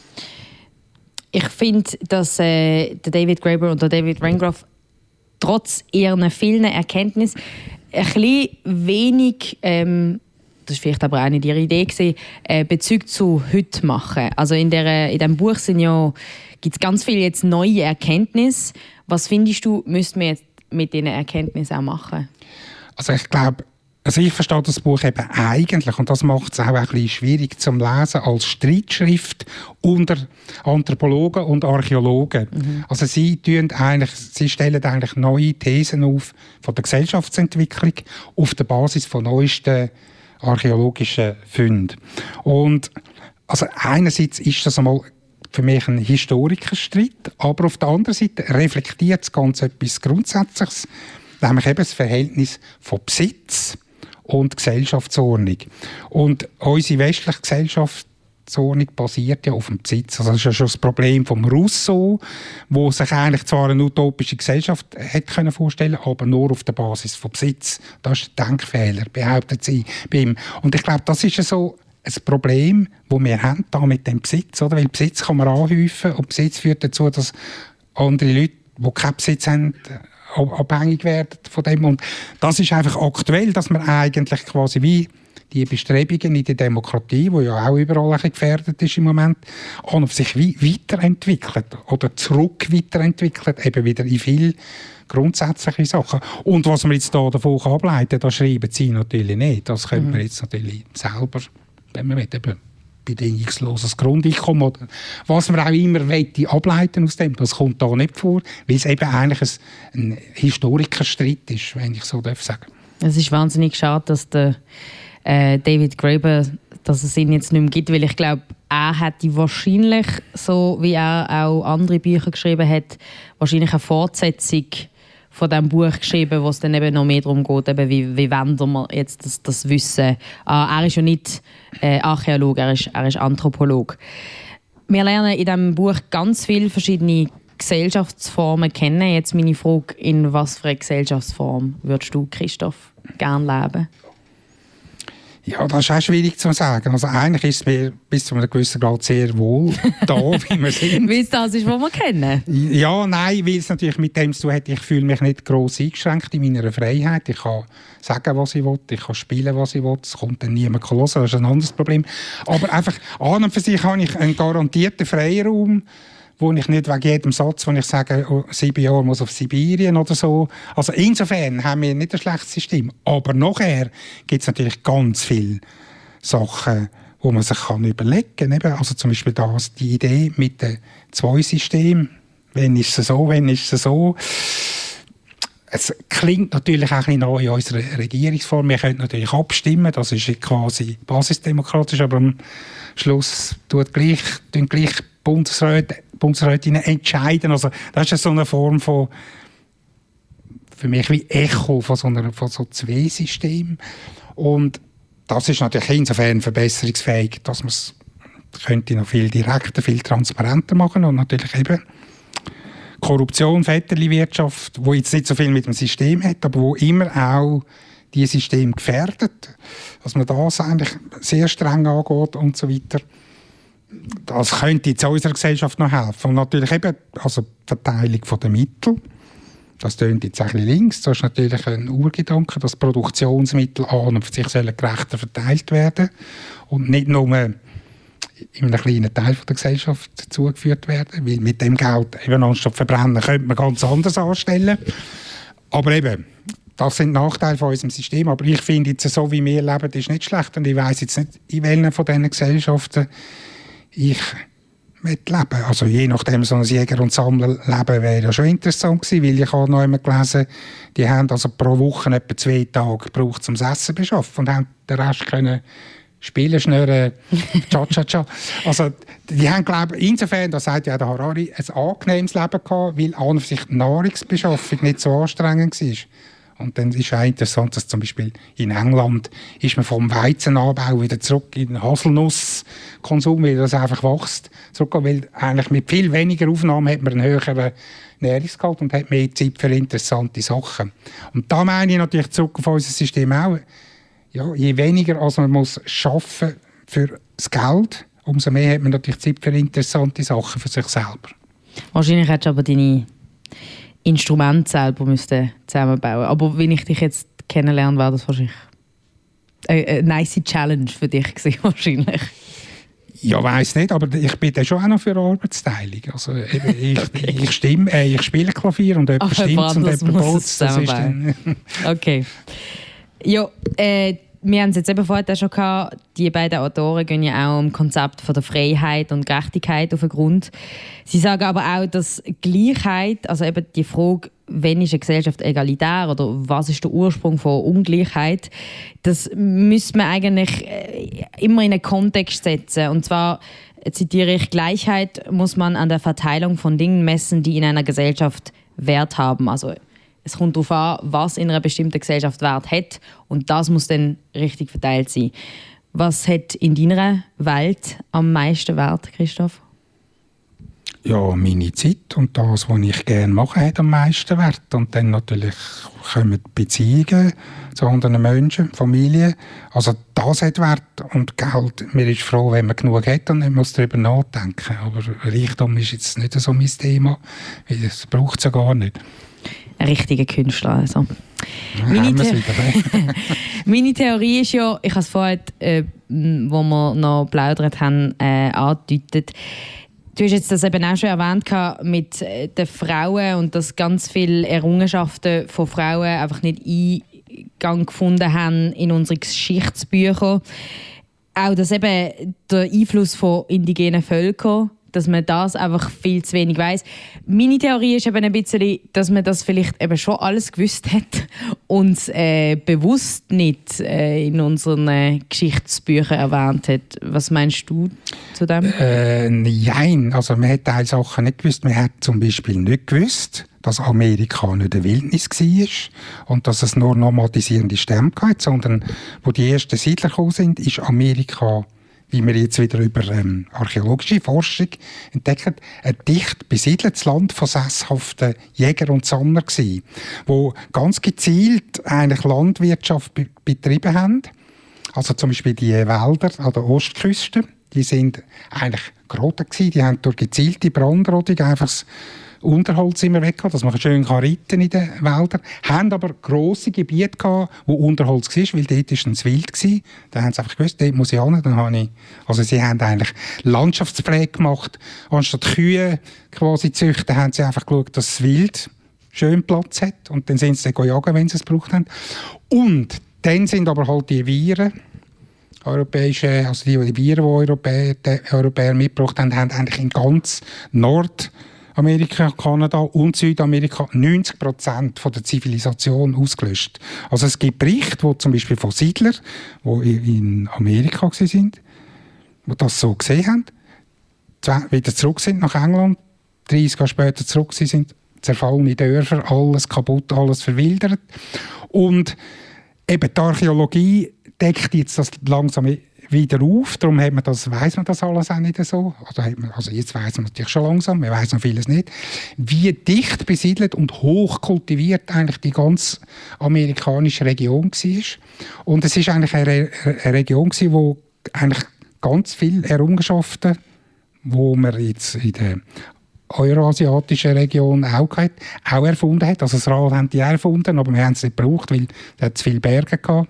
Ich finde, dass äh, der David Graeber und der David Wengroff trotz ihren vielen Erkenntnissen ein bisschen wenig ähm, das war vielleicht aber auch nicht ihre Idee, gewesen, äh, Bezug zu heute machen. Also in, der, in diesem Buch sind ja, gibt es ganz viele jetzt neue Erkenntnisse. Was findest du, müssten wir jetzt mit diesen Erkenntnissen auch machen? Also ich glaube, also ich verstehe das Buch eben eigentlich, und das macht es auch ein bisschen schwierig zum Lesen, als Streitschrift unter Anthropologen und Archäologen. Mhm. Also sie, tun eigentlich, sie stellen eigentlich neue Thesen auf von der Gesellschaftsentwicklung auf der Basis von neuesten archäologischen Funden. Und also einerseits ist das einmal für mich ein Historikerstreit, aber auf der anderen Seite reflektiert das Ganze etwas Grundsätzliches, nämlich eben das Verhältnis von Besitz und Gesellschaftsordnung. Und unsere westliche Gesellschaftsordnung basiert ja auf dem Besitz. Also das ist ja schon das Problem vom Rousseau, wo sich eigentlich zwar eine utopische Gesellschaft hätte können vorstellen, aber nur auf der Basis von Besitz. Das ist ein Denkfehler, behauptet sie bei ihm. Und ich glaube, das ist ja so ein Problem, das wir haben da mit dem Besitz. Oder? Weil Besitz kann man anhäufen und Besitz führt dazu, dass andere Leute, die keinen Besitz haben, abhängig werden von dem. Und das ist einfach aktuell, dass man eigentlich quasi wie die Bestrebungen in der Demokratie, die ja auch überall ein bisschen gefährdet ist im Moment, an sich wie weiterentwickelt oder zurück weiterentwickelt, eben wieder in viel grundsätzliche Sachen. Und was man jetzt da davon ableiten kann, das schreiben sie natürlich nicht. Das könnte man jetzt natürlich selber, wenn man will, eben bedingungsloses Grundeinkommen oder was man auch immer möchte, ableiten aus dem. Das kommt da nicht vor, weil es eben eigentlich ein, ein Historikerstreit ist, wenn ich so darf sagen. Es ist wahnsinnig schade, dass der äh, David Graeber, dass es ihn jetzt nicht mehr gibt, weil ich glaube, er hätte wahrscheinlich, so wie er auch andere Bücher geschrieben hat, wahrscheinlich eine Fortsetzung von diesem Buch geschrieben, wo es dann eben noch mehr darum geht, eben wie, wie wenden wir jetzt das, das Wissen. Ah, er ist ja nicht äh, Archäologe, er ist, er ist Anthropologe. Wir lernen in diesem Buch ganz viele verschiedene Gesellschaftsformen kennen. Jetzt meine Frage, in was für eine Gesellschaftsform würdest du, Christoph, gerne leben? Ja, das ist auch schwierig zu sagen. Also eigentlich ist es mir bis zu einem gewissen Grad sehr wohl da, wie wir sind. Weil es das ist, was wir kennen? Ja, nein, weil es natürlich mit dem zu tun hat, ich fühle mich nicht gross eingeschränkt in meiner Freiheit. Ich kann sagen, was ich will, ich kann spielen, was ich will. Es kommt dann niemand hören, das ist ein anderes Problem. Aber einfach an und für sich habe ich einen garantierten Freiraum, wo ich nicht wegen jedem Satz, wo ich sage, oh, sieben Jahre muss auf Sibirien oder so. Also insofern haben wir nicht ein schlechtes System. Aber nachher gibt es natürlich ganz viele Sachen, wo man sich kann überlegen kann. Also zum Beispiel das, die Idee mit dem Zwei-System. Wenn ist es so, wenn ist es so. Es klingt natürlich auch ein bisschen nach in unserer Regierungsform. Wir können natürlich abstimmen, das ist quasi basisdemokratisch, aber am Schluss tut gleich, tun gleich Bundesräte, Bundesrätinnen entscheiden. Also das ist so eine Form von, für mich wie Echo von so einem von so Zwei-System. Und das ist natürlich insofern verbesserungsfähig, dass man es könnte noch viel direkter, viel transparenter machen und natürlich eben Korruption, Vetterli-Wirtschaft, wo jetzt nicht so viel mit dem System hat, aber wo immer auch dieses System gefährdet, dass man das eigentlich sehr streng angeht und so weiter. Das könnte jetzt unserer Gesellschaft noch helfen. Und natürlich eben also die Verteilung der Mittel. Das tönt jetzt ein bisschen links. Das ist natürlich ein Urgedanke, dass Produktionsmittel an und für sich sollen gerechter verteilt werden und nicht nur in einem kleinen Teil der Gesellschaft zugeführt werden. Weil mit dem Geld, eben anstatt verbrennen, könnte man ganz anders anstellen. Aber eben, das sind Nachteile von unserem System. Aber ich finde, jetzt, so wie wir leben, ist nicht schlecht. Und ich weiss jetzt nicht, in welchen von diesen Gesellschaften ich leben. Also je nachdem, so ein Jäger- und Sammlerleben wäre ja schon interessant gewesen, weil ich habe noch einmal gelesen, die haben also pro Woche etwa zwei Tage gebraucht, um das Essen zu beschaffen und haben den Rest können spielen, schnurren, cha-cha-cha. Also die haben, glaube ich, insofern, das sagt ja der Harari, ein angenehmes Leben gehabt, weil an und für sich die Nahrungsbeschaffung nicht so anstrengend war. Und dann ist auch interessant, dass zum Beispiel in England ist man vom Weizenanbau wieder zurück in den Haselnusskonsum, weil das einfach wächst, zurückgegangen, weil eigentlich mit viel weniger Aufnahmen hat man einen höheren Nährungsgehalt und hat mehr Zeit für interessante Sachen. Und da meine ich natürlich zurück auf unser System auch, ja, je weniger als man muss arbeiten für das Geld, umso mehr hat man natürlich Zeit für interessante Sachen für sich selber. Wahrscheinlich hättest du aber deine Instrumente selber müssten zusammenbauen. Aber wenn ich dich jetzt kennenlerne, wäre das wahrscheinlich eine, eine nice Challenge für dich gewesen, wahrscheinlich. Ja, weiss nicht, aber ich bin dann schon auch noch für Arbeitsteilung. Also ich, okay. ich, stimme, äh, ich spiele Klavier und jemand stimmt und jemand putzt. Das ist dann okay. Ja, äh, wir haben es jetzt eben vorher schon gehabt, die beiden Autoren gehen ja auch um Konzept von der Freiheit und Gerechtigkeit auf den Grund. Sie sagen aber auch, dass Gleichheit, also eben die Frage, wann ist eine Gesellschaft egalitär oder was ist der Ursprung von Ungleichheit, das müsste man eigentlich immer in einen Kontext setzen. Und zwar, zitiere ich, Gleichheit muss man an der Verteilung von Dingen messen, die in einer Gesellschaft Wert haben. Also es kommt darauf an, was in einer bestimmten Gesellschaft Wert hat und das muss dann richtig verteilt sein. Was hat in deiner Welt am meisten Wert, Christoph? Ja, meine Zeit und das, was ich gerne mache, hat am meisten Wert. Und dann natürlich kommen Beziehungen zu anderen Menschen, Familie. Also das hat Wert. Und Geld, mir ist froh, wenn man genug hat und nicht muss darüber nachdenken. Aber Reichtum ist jetzt nicht so mein Thema, weil das braucht es ja gar nicht. Ein richtiger Künstler also. Ja, meine, The- wieder, meine Theorie ist ja, ich habe es vorhin, äh, wo wir noch plaudert haben, äh, angedeutet. Du hast jetzt das eben auch schon erwähnt mit den Frauen und dass ganz viele Errungenschaften von Frauen einfach nicht Eingang gefunden haben in unsere Geschichtsbücher. Auch dass eben der Einfluss von indigenen Völkern, dass man das einfach viel zu wenig weiss. Meine Theorie ist eben ein bisschen, dass man das vielleicht eben schon alles gewusst hat und äh, bewusst nicht äh, in unseren äh, Geschichtsbüchern erwähnt hat. Was meinst du zu dem? Äh, nein, also man hat Teil Sachen nicht gewusst. Man hat zum Beispiel nicht gewusst, dass Amerika nicht eine Wildnis war und dass es nur nomadisierende Stämme gab, sondern wo die ersten Siedler gekommen sind, ist Amerika, wie wir jetzt wieder über ähm, archäologische Forschung entdecken, ein dicht besiedeltes Land von sesshaften Jägern und Sammlern gewesen, die ganz gezielt eigentlich Landwirtschaft be- betrieben haben. Also zum Beispiel die Wälder an der Ostküste, die sind eigentlich gerodet gewesen, die haben durch gezielte Brandrodung einfach das Unterholz immer weg gehabt, dass man schön reiten in den Wäldern. Haben aber grosse Gebiete gehabt, wo Unterholz war, weil dort war es wild gewesen. Da haben sie einfach gewusst, dort muss ich hin. Dann habe ich, also sie haben eigentlich Landschaftspflege gemacht. Anstatt Kühe quasi zu züchten, haben sie einfach geschaut, dass das Wild schön Platz hat. Und dann sind sie dann jagen, wenn sie es gebraucht haben. Und dann sind aber halt die Viren, europäische, also die, die Viren, die Europäer, die Europäer mitgebracht haben, haben eigentlich in ganz Nord Amerika, Kanada und Südamerika neunzig Prozent von der Zivilisation ausgelöscht. Also es gibt Berichte, wo zum Beispiel von Siedlern, die in Amerika waren, die das so gesehen haben, wieder zurück sind nach England, dreißig Jahre später zurück sind, zerfallene Dörfer, alles kaputt, alles verwildert. Und eben die Archäologie deckt jetzt das langsam wieder auf, darum hat man das, weiss man das alles auch nicht so. Also, hat man, also jetzt weiss man natürlich schon langsam, man weiss noch vieles nicht. Wie dicht besiedelt und hoch kultiviert eigentlich die ganze amerikanische Region war. Und es ist eigentlich eine, Re- eine Region gewesen, wo eigentlich ganz viele Errungenschaften, wo man jetzt in der eurasiatischen Region auch hat, auch erfunden hat. Also das Rad haben die auch erfunden, aber wir haben es nicht gebraucht, weil es zu viele Berge gab.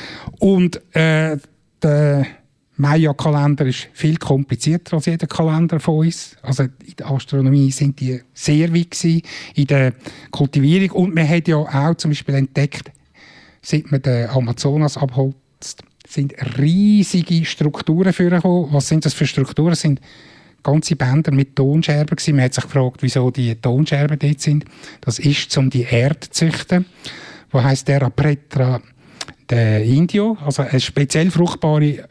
Und äh, der Maya-Kalender ist viel komplizierter als jeder Kalender von uns. Also in der Astronomie sind die sehr weit gewesen, in der Kultivierung. Und man hat ja auch zum Beispiel entdeckt, seit man den Amazonas abholzt, sind riesige Strukturen vorgekommen. Was sind das für Strukturen? Das sind ganze Bänder mit Tonscherben gewesen. Man hat sich gefragt, wieso die Tonscherben dort sind. Das ist, um die Erde zu züchten. Wo heisst Terra Preta der Indio, also eine speziell fruchtbare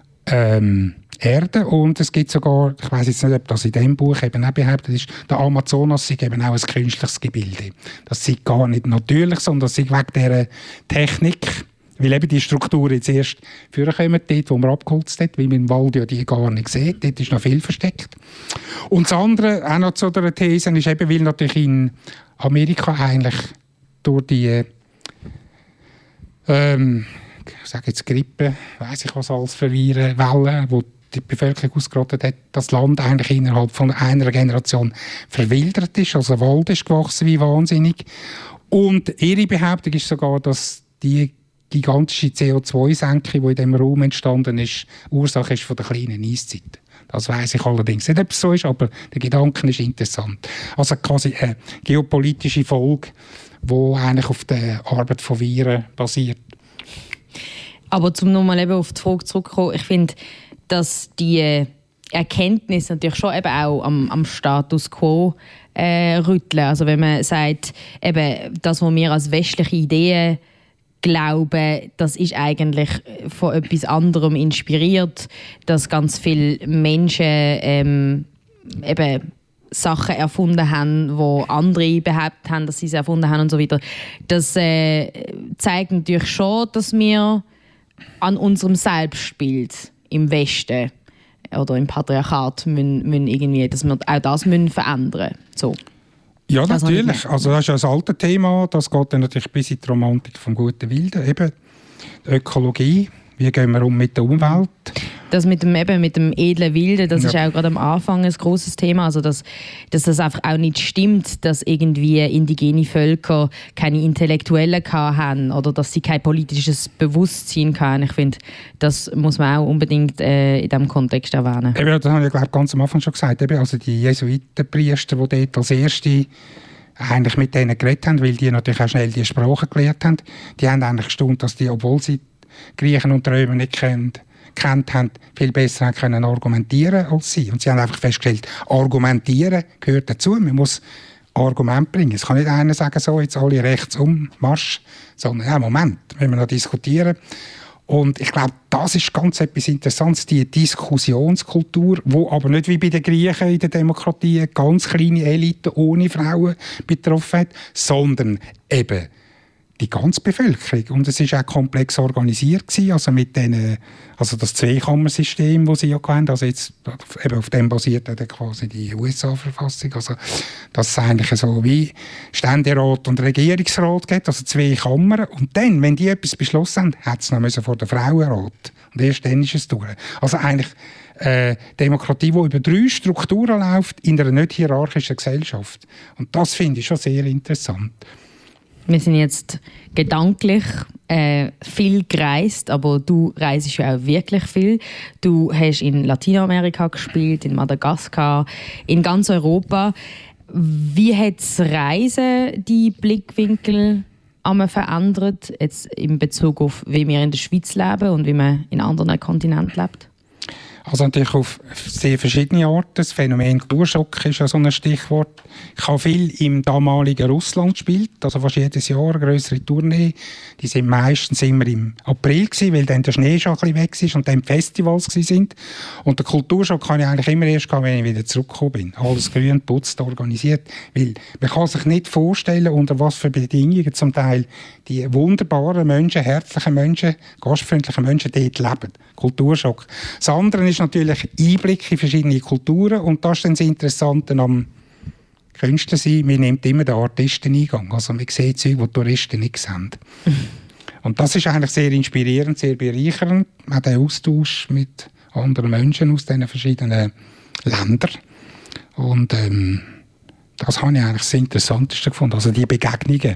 ähm, Erde. Und es gibt sogar, ich weiss jetzt nicht, ob das in diesem Buch eben auch behauptet ist, der Amazonas ist eben auch ein künstliches Gebilde. Das ist gar nicht natürlich, sondern das ist wegen dieser Technik, weil eben die Strukturen jetzt erst vorkommen, dort, wo man abgeholzt hat, weil man im Wald ja die gar nicht sieht. Dort ist noch viel versteckt. Und das andere, auch noch zu der These, ist eben, weil natürlich in Amerika eigentlich durch die Ähm, ich sage jetzt Grippe, weiss ich was alles für Viren, Wellen, wo die Bevölkerung ausgerottet hat, das Land eigentlich innerhalb von einer Generation verwildert ist, also Wald ist gewachsen wie wahnsinnig. Und ihre Behauptung ist sogar, dass die gigantische C O zwei Senke, die in diesem Raum entstanden ist, Ursache ist von der kleinen Eiszeit. Das weiss ich allerdings nicht, ob es so ist, aber der Gedanke ist interessant. Also quasi eine geopolitische Folge, die eigentlich auf der Arbeit von Viren basiert. Aber um nochmal eben auf die Frage zurückzukommen, ich finde, dass die Erkenntnis natürlich schon eben auch am, am Status quo äh, rütteln. Also wenn man sagt, eben das, was wir als westliche Ideen glauben, das ist eigentlich von etwas anderem inspiriert, dass ganz viele Menschen ähm, eben Sachen erfunden haben, wo andere behauptet haben, dass sie es erfunden haben und so weiter. Das äh, zeigt natürlich schon, dass wir an unserem Selbstbild im Westen oder im Patriarchat müssen, müssen irgendwie, dass wir auch das müssen verändern müssen. So. Ja, natürlich. Also das ist ja ein altes Thema. Das geht dann natürlich bis in die Romantik vom guten Wilden. Eben die Ökologie. Wie gehen wir um mit der Umwelt? Das mit dem, eben mit dem edlen Wilden, das ja. ist auch gerade am Anfang ein grosses Thema. Also dass, dass das einfach auch nicht stimmt, dass irgendwie indigene Völker keine Intellektuellen hatten oder dass sie kein politisches Bewusstsein hatten. Ich finde, das muss man auch unbedingt äh, in diesem Kontext erwähnen. Eben, das habe ich glaube, ganz am Anfang schon gesagt. Eben, also die Jesuitenpriester, die dort als erste eigentlich mit denen geredet haben, weil die natürlich auch schnell die Sprache gelernt haben, die haben eigentlich gestaunt, dass die, obwohl sie Griechen und Römer nicht kennt, kennt haben, viel besser haben können argumentieren als sie. Und sie haben einfach festgestellt, argumentieren gehört dazu. Man muss Argument bringen. Es kann nicht einer sagen, so, jetzt alle rechts um, Marsch, sondern ja, Moment, wenn wir noch diskutieren. Und ich glaube, das ist ganz etwas Interessantes, die Diskussionskultur, wo aber nicht wie bei den Griechen in der Demokratie eine ganz kleine Elite ohne Frauen betroffen hat, sondern eben die ganze Bevölkerung. Und es war auch komplex organisiert gewesen, also mit den, also das Zweikammersystem, das sie ja hatten, also jetzt, eben auf dem basiert dann quasi die U S A-Verfassung, also dass es eigentlich so wie Ständerat und Regierungsrat gibt, also zwei Kammern. Und dann, wenn die etwas beschlossen haben, hat es noch vor den Frauenrat. Und erst dann ist es durch. Also eigentlich äh, Demokratie, die über drei Strukturen läuft, in einer nicht hierarchischen Gesellschaft. Und das finde ich schon sehr interessant. Wir sind jetzt gedanklich äh, viel gereist, aber du reist ja auch wirklich viel. Du hast in Lateinamerika gespielt, in Madagaskar, in ganz Europa. Wie hat das Reisen die Blickwinkel einmal verändert, jetzt in Bezug auf, wie wir in der Schweiz leben und wie man in anderen Kontinenten lebt? Also natürlich auf sehr verschiedene Arten. Das Phänomen Kulturschock ist ja so ein Stichwort. Ich habe viel im damaligen Russland gespielt, also fast jedes Jahr eine grössere Tournee. Die sind meistens immer im April gewesen, weil dann der Schnee schon ein bisschen weg ist und dann Festivals sind. Und den Kulturschock kann ich eigentlich immer erst haben, wenn ich wieder zurückgekommen bin. Alles grün, putzt, organisiert. Weil man kann sich nicht vorstellen, unter was für Bedingungen zum Teil die wunderbaren Menschen, herzlichen Menschen, gastfreundlichen Menschen dort leben. Kulturschock. Das andere ist natürlich Einblick in verschiedene Kulturen und das ist dann das Interessante am Künstler sein. Man nimmt immer den Artisteneingang. Also man sieht Zeug, die Touristen nicht sehen. Mhm. Und das ist eigentlich sehr inspirierend, sehr bereichernd. Man hat einen Austausch mit anderen Menschen aus diesen verschiedenen Ländern. Und ähm, das habe ich eigentlich das Interessanteste gefunden. Also die Begegnungen.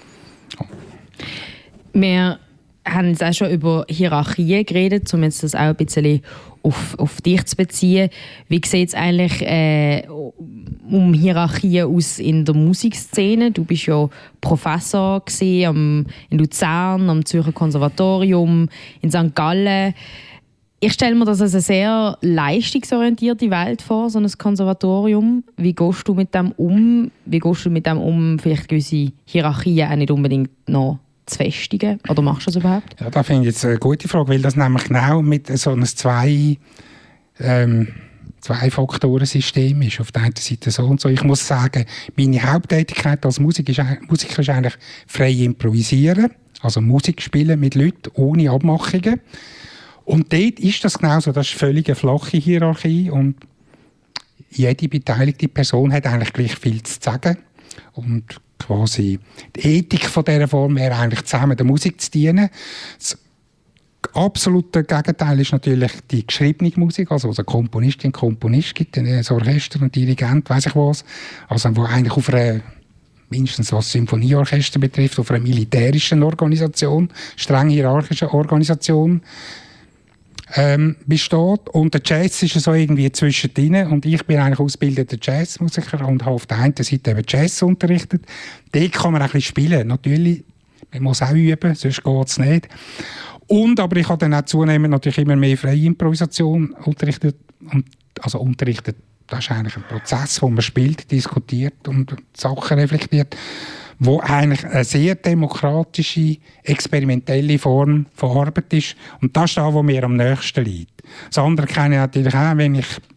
Wir haben jetzt auch schon über Hierarchien geredet, um jetzt das auch ein bisschen auf, auf dich zu beziehen. Wie sieht es eigentlich äh, um Hierarchien aus in der Musikszene? Du bist ja Professor gewesen, am, in Luzern, am Zürcher Konservatorium, in Sankt Gallen. Ich stelle mir das als eine sehr leistungsorientierte Welt vor, so ein Konservatorium. Wie gehst du mit dem um? Wie gehst du mit dem um, vielleicht gewisse Hierarchien auch nicht unbedingt noch zu festigen? Oder machst du das überhaupt? Ja, da finde ich jetzt eine gute Frage, weil das nämlich genau mit so einem zwei, ähm, zwei Faktoren-System ist. Auf der einen Seite so und so. Ich muss sagen, meine Haupttätigkeit als Musik ist, Musiker ist eigentlich frei improvisieren, also Musik spielen mit Leuten ohne Abmachungen. Und dort ist das genauso, das ist völlig eine flache Hierarchie und jede beteiligte Person hat eigentlich gleich viel zu sagen. Und quasi die Ethik von dieser Form wäre eigentlich zusammen der Musik zu dienen. Das absolute Gegenteil ist natürlich die geschriebene Musik, also was eine Komponistin, Komponist gibt, ein Orchester, ein Dirigent, weiss ich was, also wo eigentlich auf einer, mindestens was Symphonieorchester betrifft, auf einer militärischen Organisation, streng hierarchischen Organisation ähm, besteht. Und der Jazz ist so irgendwie zwischendrin. Und ich bin eigentlich ausgebildeter Jazzmusiker und habe auf der einen Seite eben Jazz unterrichtet. Dort kann man ein bisschen spielen. Natürlich, man muss auch üben, sonst geht es nicht. Und, aber ich habe dann auch zunehmend natürlich immer mehr freie Improvisation unterrichtet. Und, also unterrichtet, das ist eigentlich ein Prozess, wo man spielt, diskutiert und Sachen reflektiert, wo eigentlich eine sehr demokratische, experimentelle Form von Arbeit ist. Und das ist das, was mir am nächsten liegt. Das andere kenne ich natürlich auch, wenn ich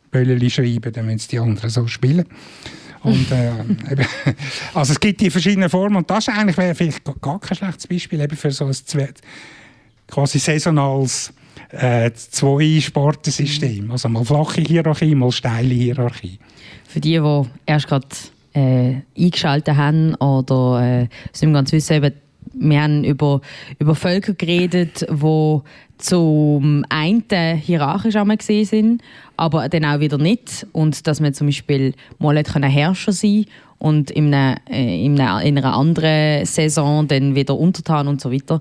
Bölleli schreiben, dann müssen die anderen so spielen. Und, äh, eben, also es gibt die verschiedenen Formen und das eigentlich wäre vielleicht gar kein schlechtes Beispiel eben für so ein quasi saisonales äh, Zwei-Sportensystem. Also mal flache Hierarchie, mal steile Hierarchie. Für die, die erst gerade äh, eingeschaltet haben oder äh, es nicht ganz wissen, eben, wir haben über, über Völker geredet, die zum einen hierarchisch einmal gesehen sind, aber dann auch wieder nicht. Und dass man zum Beispiel mal Herrscher sein konnte und in einer, äh, in einer, in einer anderen Saison dann wieder untertan und so weiter.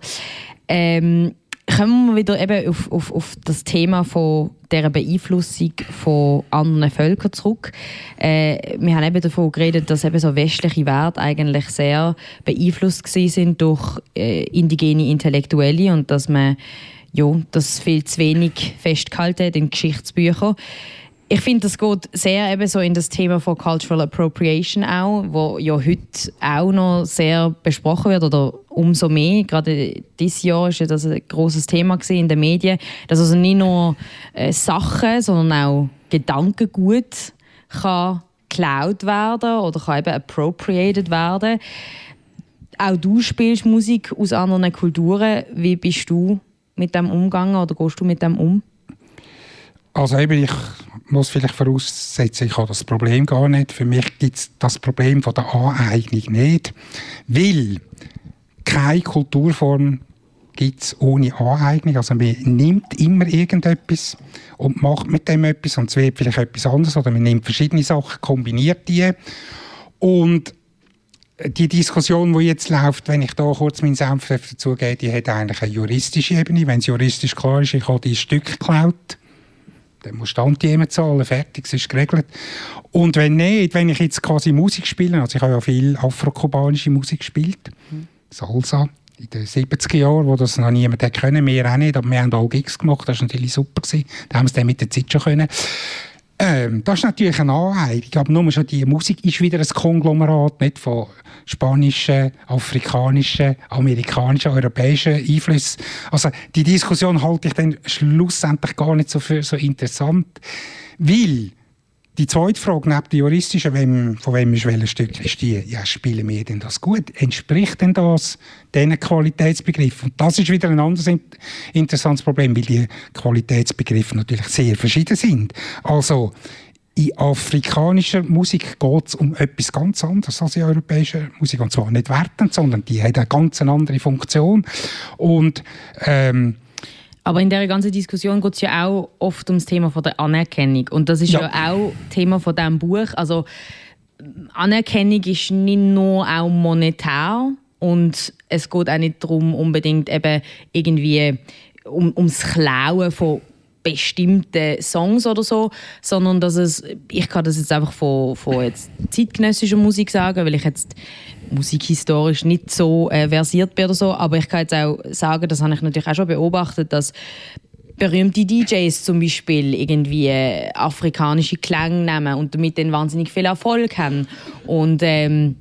Ähm, kommen wir wieder eben auf, auf, auf das Thema von dieser Beeinflussung von anderen Völkern zurück. Äh, wir haben eben davon geredet, dass eben so westliche Werte eigentlich sehr beeinflusst gewesen sind durch äh, indigene Intellektuelle und dass man ja, das viel zu wenig festgehalten hat in Geschichtsbüchern. Ich finde, das geht sehr eben so in das Thema von Cultural Appropriation auch, wo ja heute auch noch sehr besprochen wird oder umso mehr. Gerade dieses Jahr war das ein grosses Thema in den Medien, dass also nicht nur äh, Sachen, sondern auch Gedankengut kann geklaut werden oder kann eben appropriated werden. Auch du spielst Musik aus anderen Kulturen. Wie bist du mit dem umgegangen oder gehst du mit dem um? Also eben, ich muss vielleicht voraussetzen, ich habe das Problem gar nicht. Für mich gibt es das Problem von der Aneignung nicht. Weil keine Kulturform gibt es ohne Aneignung. Also man nimmt immer irgendetwas und macht mit dem etwas und es wird vielleicht etwas anderes. Oder man nimmt verschiedene Sachen, kombiniert die. Und die Diskussion, die jetzt läuft, wenn ich da kurz meinen Senf dazu gebe, die hat eigentlich eine juristische Ebene. Wenn es juristisch klar ist, ich habe die Stück geklaut, dann muss Tantiemen zahlen, fertig, es ist geregelt. Und wenn nicht, wenn ich jetzt quasi Musik spiele, also ich habe ja viel afrokubanische Musik gespielt, mhm. Salsa, in den siebziger Jahren, wo das noch niemand hätte können, wir auch nicht, aber wir haben alle Gigs gemacht, das war natürlich super gewesen, da haben wir es dann mit der Zeit schon können. Ähm, das ist natürlich eine Aneignung, aber nur schon die Musik ist wieder ein Konglomerat, nicht von spanischen, afrikanischen, amerikanischen, europäischen Einflüssen. Also die Diskussion halte ich dann schlussendlich gar nicht so, für, so interessant, weil die zweite Frage neben der juristischen, wem, von wem ist welches Stück, ist die, ja, spielen wir denn das gut? Entspricht denn das diesen Qualitätsbegriffen? Und das ist wieder ein anderes interessantes Problem, weil die Qualitätsbegriffe natürlich sehr verschieden sind. Also in afrikanischer Musik geht es um etwas ganz anderes als in europäischer Musik. Und zwar nicht wertend, sondern die hat eine ganz andere Funktion. Und ähm, aber in dieser ganzen Diskussion geht es ja auch oft um das Thema von der Anerkennung. Und das ist ja, ja auch Thema von diesem Buch. Also Anerkennung ist nicht nur auch monetär und es geht auch nicht darum, unbedingt eben irgendwie um, ums Klauen von bestimmten Songs oder so, sondern dass es, ich kann das jetzt einfach von, von jetzt zeitgenössischer Musik sagen, weil ich jetzt musikhistorisch nicht so äh, versiert bin oder so, aber ich kann jetzt auch sagen, das habe ich natürlich auch schon beobachtet, dass berühmte D Js zum Beispiel irgendwie äh, afrikanische Klänge nehmen und damit dann wahnsinnig viel Erfolg haben. Und ähm,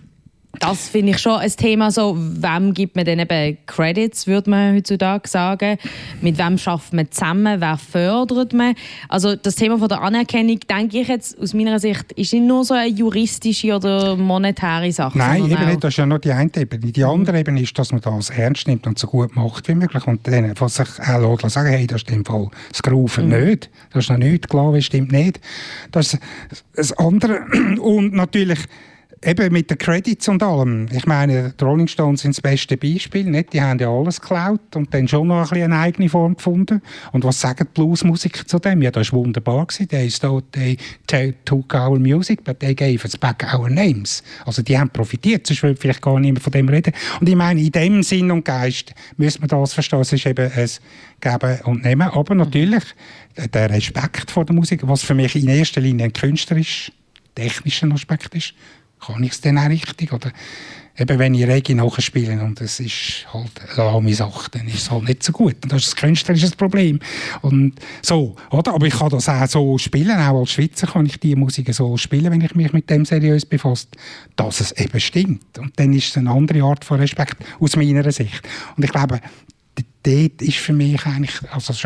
das finde ich schon ein Thema, so, wem gibt man denn eben Credits, würde man heutzutage sagen. Mit wem schafft man zusammen, wer fördert man. Also das Thema von der Anerkennung, denke ich jetzt aus meiner Sicht, ist nicht nur so eine juristische oder monetäre Sache. Nein, eben nicht, das ist ja noch die eine Ebene. Die andere Ebene ist, dass man das ernst nimmt und so gut macht wie möglich. Und dann, was sich auch sagen, hey, das ist im Fall das Graufen mhm. nicht. Das ist noch nichts klar, das stimmt nicht. Das ist das andere. Und natürlich eben mit den Credits und allem. Ich meine, die Rolling Stones sind das beste Beispiel. Nicht? Die haben ja alles geklaut und dann schon noch ein bisschen eine eigene Form gefunden. Und was sagen die Bluesmusiker zu dem? Ja, das war wunderbar. They they took our music, but they gave us back our names. Also die haben profitiert, sonst würde vielleicht gar niemand von dem reden. Und ich meine, in dem Sinn und Geist müssen wir das verstehen. Es ist eben ein Geben und Nehmen. Aber natürlich der Respekt vor der Musik, was für mich in erster Linie ein künstlerisch technischer Aspekt ist. Kann ich es denn auch richtig? Oder eben, wenn ich Reggae nachspiele und es ist halt eine lahme Sache, dann ist es halt nicht so gut. Und das ist ein künstlerisches Problem. Und so, oder? Aber ich kann das auch so spielen, auch als Schweizer kann ich die Musik so spielen, wenn ich mich mit dem seriös befasse, dass es eben stimmt. Und dann ist es eine andere Art von Respekt aus meiner Sicht. Und ich glaube, dort ist für mich eigentlich, also schon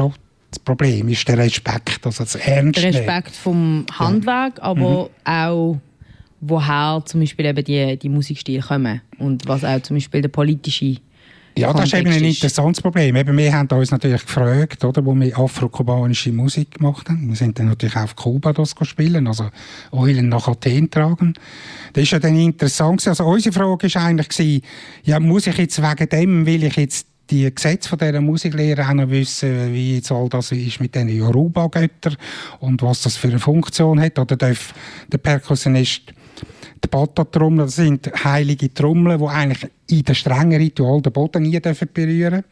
das Problem ist der Respekt, also das Ernst. Der Respekt vom Handwerk, ja. aber mhm. auch woher zum Beispiel eben die, die Musikstile kommen und was auch zum Beispiel der politische Ja, Kontext das ist eben ein ist. interessantes Problem. Eben, wir haben uns natürlich gefragt, oder, wo wir afro-kubanische Musik gemacht haben. Wir sind dann natürlich auch auf Kuba das spielen, also Eulen nach Athen tragen. Das ist ja dann interessant. Also unsere Frage war eigentlich, ja, muss ich jetzt wegen dem, will ich jetzt die Gesetze von dieser Musiklehre auch noch wissen, wie jetzt all das ist mit den Yoruba-Göttern und was das für eine Funktion hat? Oder darf der Perkussionist die Bata-Trommeln, das sind heilige Trommeln, die eigentlich in den strengen Ritualen den Boden nie berühren dürfen.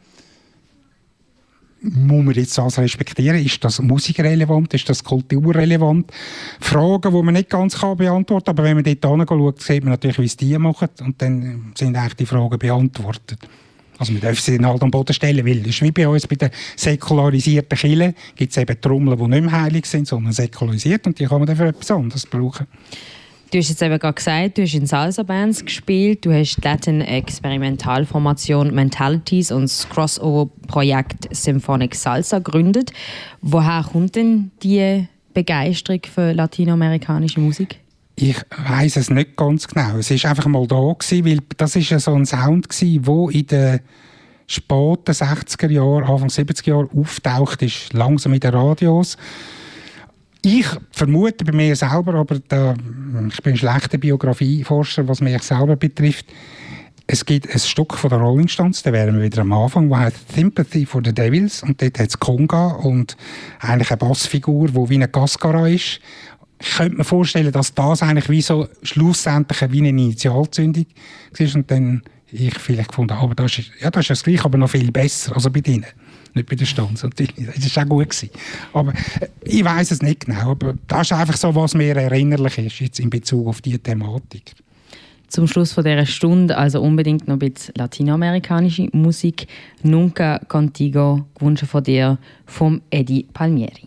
Muss man jetzt das respektieren? Ist das musikrelevant? Ist das kulturrelevant? Fragen, die man nicht ganz beantworten kann, aber wenn man dort hinschaut, sieht man natürlich, wie es die machen und dann sind eigentlich die Fragen beantwortet. Also man darf sie dann halt am Boden stellen, weil das ist wie bei uns bei den säkularisierten Kirchen, gibt es eben Trommeln, die nicht mehr heilig sind, sondern säkularisiert und die kann man dann für etwas anderes brauchen. Du hast jetzt eben gerade gesagt, du hast in Salsa-Bands gespielt, du hast die Latin-Experimentalformation Mentalities und das Crossover-Projekt Symphonic Salsa gegründet. Woher kommt denn die Begeisterung für latinamerikanische Musik? Ich weiss es nicht ganz genau. Es war einfach mal da gewesen, weil das ist ja so ein Sound gewesen, der in den späten sechziger Jahren, Anfang siebziger Jahren auftaucht ist, langsam in den Radios. Ich vermute bei mir selber, aber da, ich bin ein schlechter Biografieforscher, was mich selber betrifft. Es gibt ein Stück von der Rolling Stones, da wären wir wieder am Anfang, das heißt Sympathy for the Devils. Und dort hat es Conga und eigentlich eine Bassfigur, die wie eine Cascara ist. Ich könnte mir vorstellen, dass das eigentlich wie so schlussendlich wie eine Initialzündung war. Und dann ich vielleicht gefunden, aber das ist, ja, das ist das Gleiche, aber noch viel besser, also bei denen. Nicht bei den Stones. Das war auch gut gewesen. Aber ich weiss es nicht genau. Aber das ist einfach so, was mir erinnerlich ist jetzt in Bezug auf diese Thematik. Zum Schluss von dieser Stunde also unbedingt noch ein bisschen latinamerikanische Musik. Nunca Contigo, gewünscht von dir, vom Eddie Palmieri.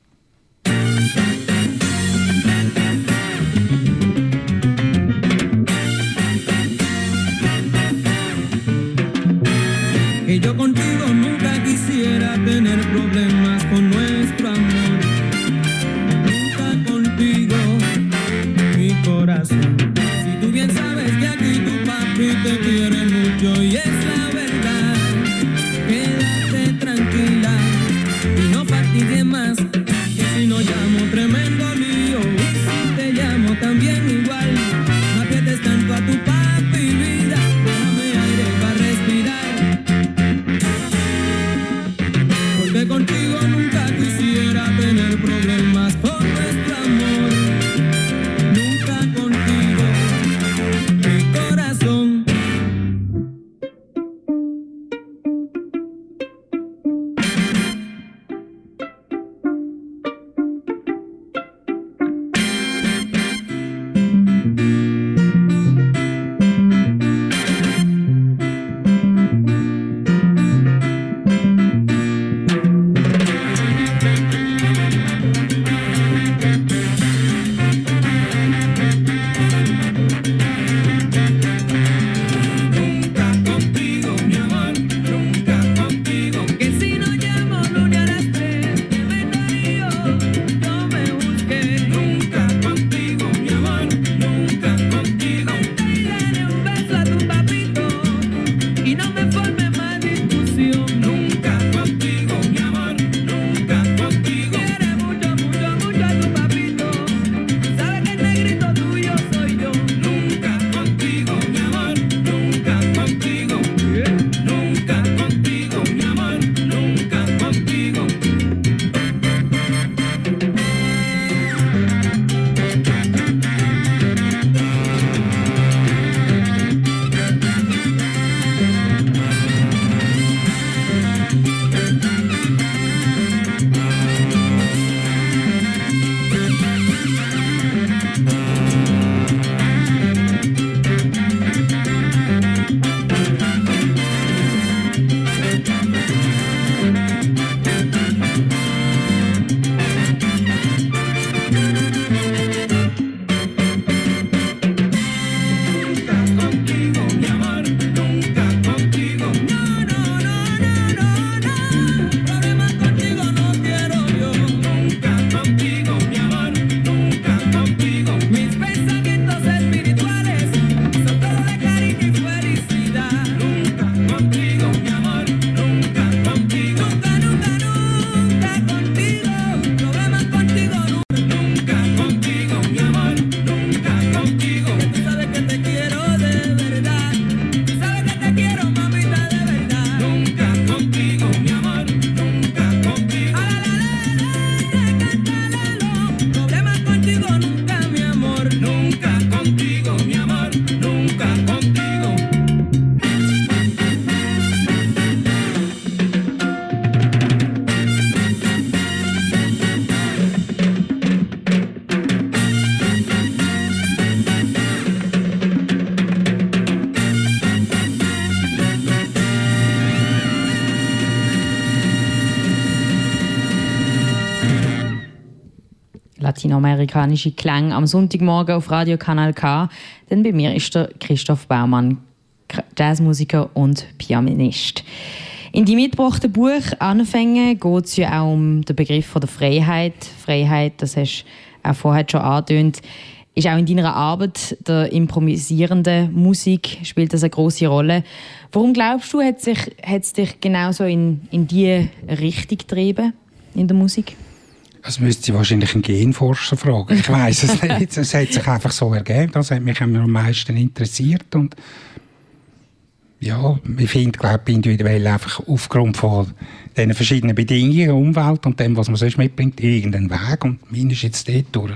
Que yo contigo nunca quisiera tener problemas con nuestro amor. Nunca contigo, mi corazón. Si tú bien sabes que aquí tu papi te quiere mucho y es la verdad, quédate tranquila y no fastidies más. Que si no llamo tremendo lío y si te llamo también igual, no aprietes tanto a tu papi, vida. Déjame aire para respirar. Que contigo nunca quisiera tener problemas con nuestro amor. Nunca contigo, mi corazón. latinamerikanische Klänge am Sonntagmorgen auf Radio Kanal K. Denn bei mir ist der Christoph Baumann, Jazzmusiker und Pianist. In die mitgebrachten Buch «Anfänge» geht es ja auch um den Begriff von der Freiheit. Freiheit, das hast du auch vorher schon angetönt, ist auch in deiner Arbeit der improvisierenden Musik, spielt das eine grosse Rolle. Warum glaubst du, hat es sich, hat's dich genau so in, in diese Richtung getrieben in der Musik? Das müsste ich wahrscheinlich einen Genforscher fragen. Ich weiss es nicht. Es hat sich einfach so ergeben. Das hat mich am meisten interessiert. Und ja, ich finde, glaube individuell einfach aufgrund von diesen verschiedenen Bedingungen, Umwelt und dem, was man sonst mitbringt, irgendeinen Weg. Und mein ist jetzt dort durch.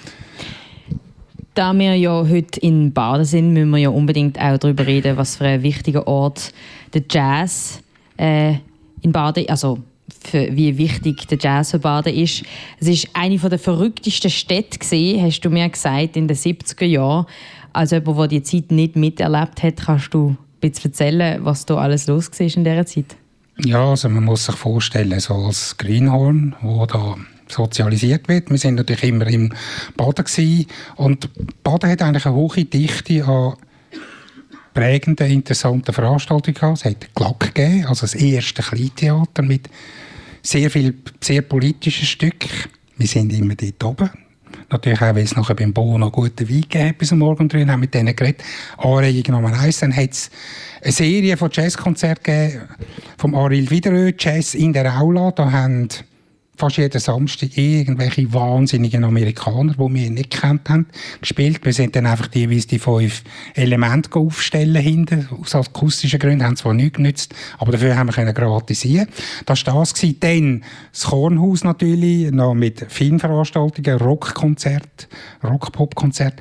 Da wir ja heute in Baden sind, müssen wir ja unbedingt auch darüber reden, was für ein wichtiger Ort der Jazz äh, in Baden, also für wie wichtig der Jazz für Baden ist. Es ist eine der verrücktesten Städte gewesen, hast du mir gesagt, in den siebziger Jahren. Als jemand, der die Zeit nicht miterlebt hat, kannst du ein bisschen erzählen, was da alles los war in dieser Zeit? Ja, also man muss sich vorstellen, so als Greenhorn, wo da sozialisiert wird. Wir sind natürlich immer im Baden gewesen. Und Baden hat eigentlich eine hohe Dichte an prägenden, interessanten Veranstaltungen gehabt. Es hat Glack gegeben, also das erste Kleintheater mit sehr viel, sehr politischen Stücken. Wir sind immer dort oben. Natürlich auch, weil es nachher beim Bo noch guten Wein gegeben hat bis am Morgen drin, haben mit denen geredet. Anregung Nummer eins, dann hat es eine Serie von Jazzkonzerten gegeben, vom Ariel Wideröd, Jazz in der Aula. Da haben fast jeden Samstag irgendwelche wahnsinnigen Amerikaner, die wir nicht gekannt haben, gespielt. Wir sind dann einfach jeweils die fünf Elemente aufstellen hinten. Aus akustischen Gründen haben zwar nichts genützt, aber dafür haben wir können gratisieren. Das war das. Dann das Kornhaus natürlich, noch mit Filmveranstaltungen, Rockkonzert, Rock-Pop-Konzert.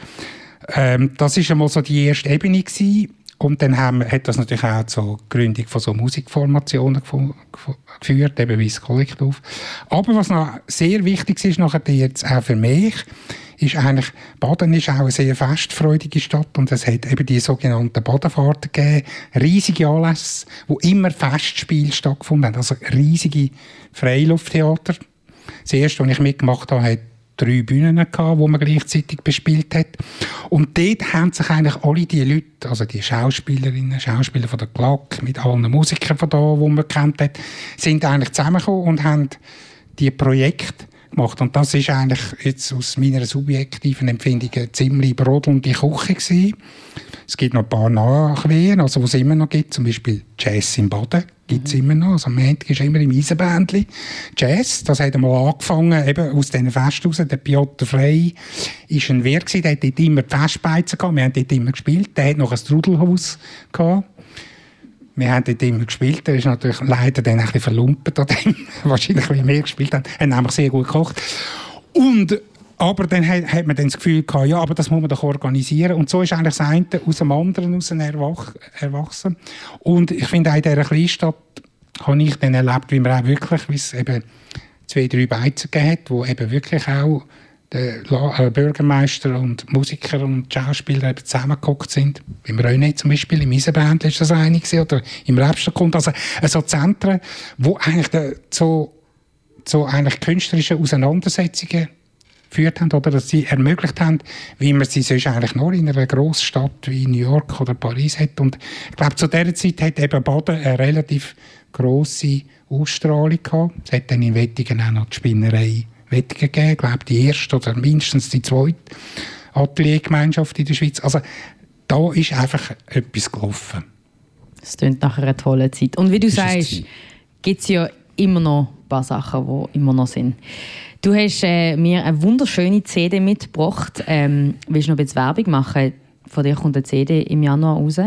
Ähm, das war einmal so die erste Ebene gewesen. Und dann haben, hat das natürlich auch zur Gründung von so Musikformationen geführt, eben wie das Kollektiv. Aber was noch sehr wichtig ist, nachher jetzt auch für mich, ist eigentlich, Baden ist auch eine sehr festfreudige Stadt und es hat eben die sogenannten Badenfahrten gegeben, riesige Anlässe, wo immer Festspiele stattgefunden haben, also riesige Freilufttheater. Das erste, was ich mitgemacht habe, hat drei Bühnen gehabt, die man gleichzeitig bespielt hat. Und dort haben sich eigentlich alle die Leute, also die Schauspielerinnen, Schauspieler von der Glack, mit allen Musikern von da, die man kennt hat, sind eigentlich zusammengekommen und haben die Projekte gemacht. Und das ist eigentlich jetzt aus meiner subjektiven Empfindung eine ziemlich brodelnde Küche gewesen. Es gibt noch ein paar Nachwehen, also was es immer noch gibt, zum Beispiel Jazz im Baden gibt es immer noch. Also am Montag ist immer im Eisenbändli Jazz. Das hat einmal angefangen, eben aus diesen Festen raus. Der Piotr Frey war ein Wirt, der hat dort immer die Festbeizen gehabt. Wir haben dort immer gespielt. Der hat noch ein Trudelhaus gehabt. Wir haben dort immer gespielt. Der ist natürlich leider dann ein bisschen verlumpert an dem. Wahrscheinlich, weil wir gespielt haben. Er hat nämlich sehr gut gekocht. Und aber dann hat, hat man dann das Gefühl gehabt, ja, aber das muss man doch organisieren. Und so ist eigentlich das eine aus dem anderen raus erwach, erwachsen. Und ich finde, auch in dieser Kleinstadt habe ich dann erlebt, wie man auch wirklich, wie es eben zwei, drei Beizen gegeben hat, wo eben wirklich auch der Bürgermeister und Musiker und Schauspieler eben zusammengehockt sind. Beim René zum Beispiel, im Eisenband ist das eine gewesen, oder im Rebstergrund. Also so Zentren, wo eigentlich der, so, so eigentlich künstlerische Auseinandersetzungen geführt haben oder dass sie ermöglicht haben, wie man sie sonst eigentlich nur in einer Grossstadt wie New York oder Paris hat. Und ich glaube, zu dieser Zeit hat eben Baden eine relativ grosse Ausstrahlung gehabt. Es hat dann in Wettingen auch noch die Spinnerei Wettingen gegeben. Ich glaube, die erste oder mindestens die zweite Ateliergemeinschaft in der Schweiz. Also da ist einfach etwas gelaufen. Das klingt nach einer tollen Zeit. Und wie du ist sagst, gibt es ja immer noch ein paar Sachen, die immer noch sind. Du hast äh, mir eine wunderschöne C D mitgebracht. Ähm, willst du noch ein bisschen Werbung machen? Von dir kommt eine C D im Januar raus.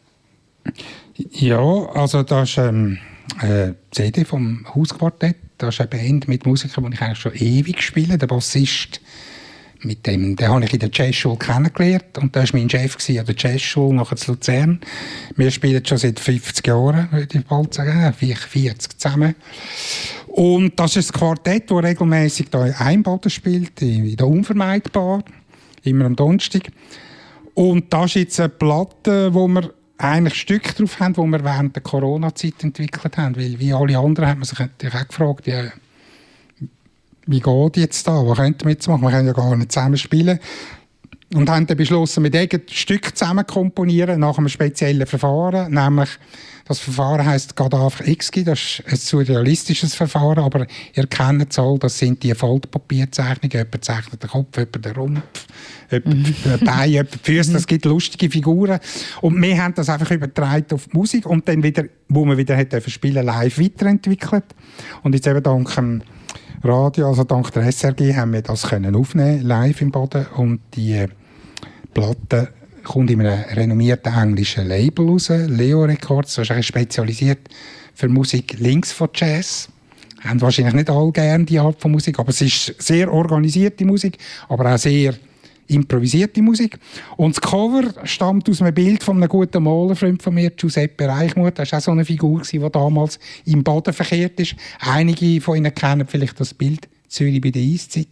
Ja, also das ist ähm, eine C D vom Hausquartett. Das ist eine Band mit Musikern, die ich eigentlich schon ewig spiele. Der Bassist, mit dem, den habe ich in der Jazzschule kennengelernt. Und der war mein Chef an der Jazzschule, nachher zu Luzern. Wir spielen schon seit fünfzig Jahren, würde ich bald sagen, vierzig zusammen. Und das ist das Quartett, das regelmäßig hier in Einbaden spielt, in der Unvermeidbar, immer am Donnerstag. Und das ist jetzt eine Platte, wo wir eigentlich Stücke drauf haben, die wir während der Corona-Zeit entwickelt haben. Weil wie alle anderen hat man sich natürlich auch gefragt, ja, wie geht jetzt da, was könnten wir jetzt machen, wir können ja gar nicht zusammen spielen. Und haben dann beschlossen, mit irgendeinem Stück zusammen komponieren, nach einem speziellen Verfahren, nämlich das Verfahren heisst Cadaver-Exki, das ist ein surrealistisches Verfahren, aber ihr kennt es all, das sind die Faltpapierzeichnungen, jemand zeichnet den Kopf, jemand den Rumpf, jemand mhm. die Beine, jemand die Füße, das gibt lustige Figuren. Und wir haben das einfach übertragen auf die Musik und dann wieder, wo wir wieder hätten spielen, live weiterentwickelt. Und jetzt eben dank dem Radio, also dank der S R G, haben wir das können aufnehmen, live im Boden, und die Platte kommt in einem renommierten englischen Label raus, Leo Records, das ist spezialisiert für Musik links von Jazz. Haben wahrscheinlich nicht alle gerne diese Art von Musik, aber es ist sehr organisierte Musik, aber auch sehr improvisierte Musik. Und das Cover stammt aus einem Bild von einem guten Malerfreund von mir, Giuseppe Reichmuth. Das war auch so eine Figur, die damals im Boden verkehrt ist. Einige von Ihnen kennen vielleicht das Bild Zürich bei der Eiszeit.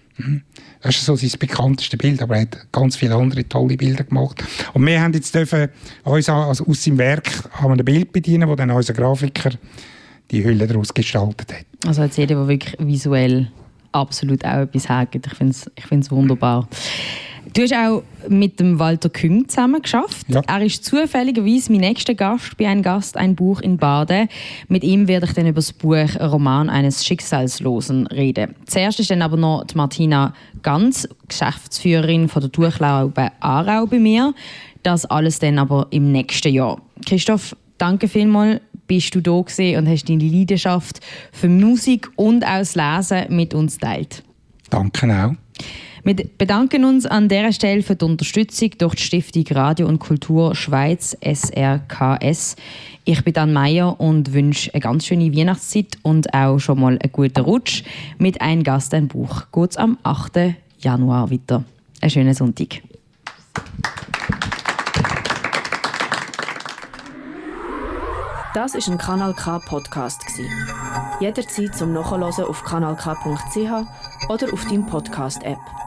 Das ist so sein bekannteste Bild, aber er hat ganz viele andere tolle Bilder gemacht. Und wir haben jetzt dürfen uns also aus seinem Werk ein Bild bedienen, das dann unser Grafiker die Hülle daraus gestaltet hat. Also als jeder, der wirklich visuell absolut auch etwas hergibt. Ich finde es ich find's wunderbar. Du hast auch mit dem Walter Küng zusammen geschafft. Ja. Er ist zufälligerweise mein nächster Gast bei «Ein Gast, ein Buch in Baden». Mit ihm werde ich dann über das Buch «Roman eines Schicksalslosen» reden. Zuerst ist dann aber noch die Martina Ganz, Geschäftsführerin von der Durchlaube Aarau, bei mir. Das alles dann aber im nächsten Jahr. Christoph, danke vielmals, bist du da gewesen und hast deine Leidenschaft für Musik und auch das Lesen mit uns geteilt. Danke auch. Wir bedanken uns an dieser Stelle für die Unterstützung durch die Stiftung Radio und Kultur Schweiz, S R K S. Ich bin Dan Meyer und wünsche eine ganz schöne Weihnachtszeit und auch schon mal einen guten Rutsch. Mit «Ein Gast, ein Buch» geht es am achten Januar weiter. Einen schönen Sonntag. Das war ein Kanal K Podcast. Jederzeit zum Nachhören auf kanal k punkt c h oder auf deinem Podcast-App.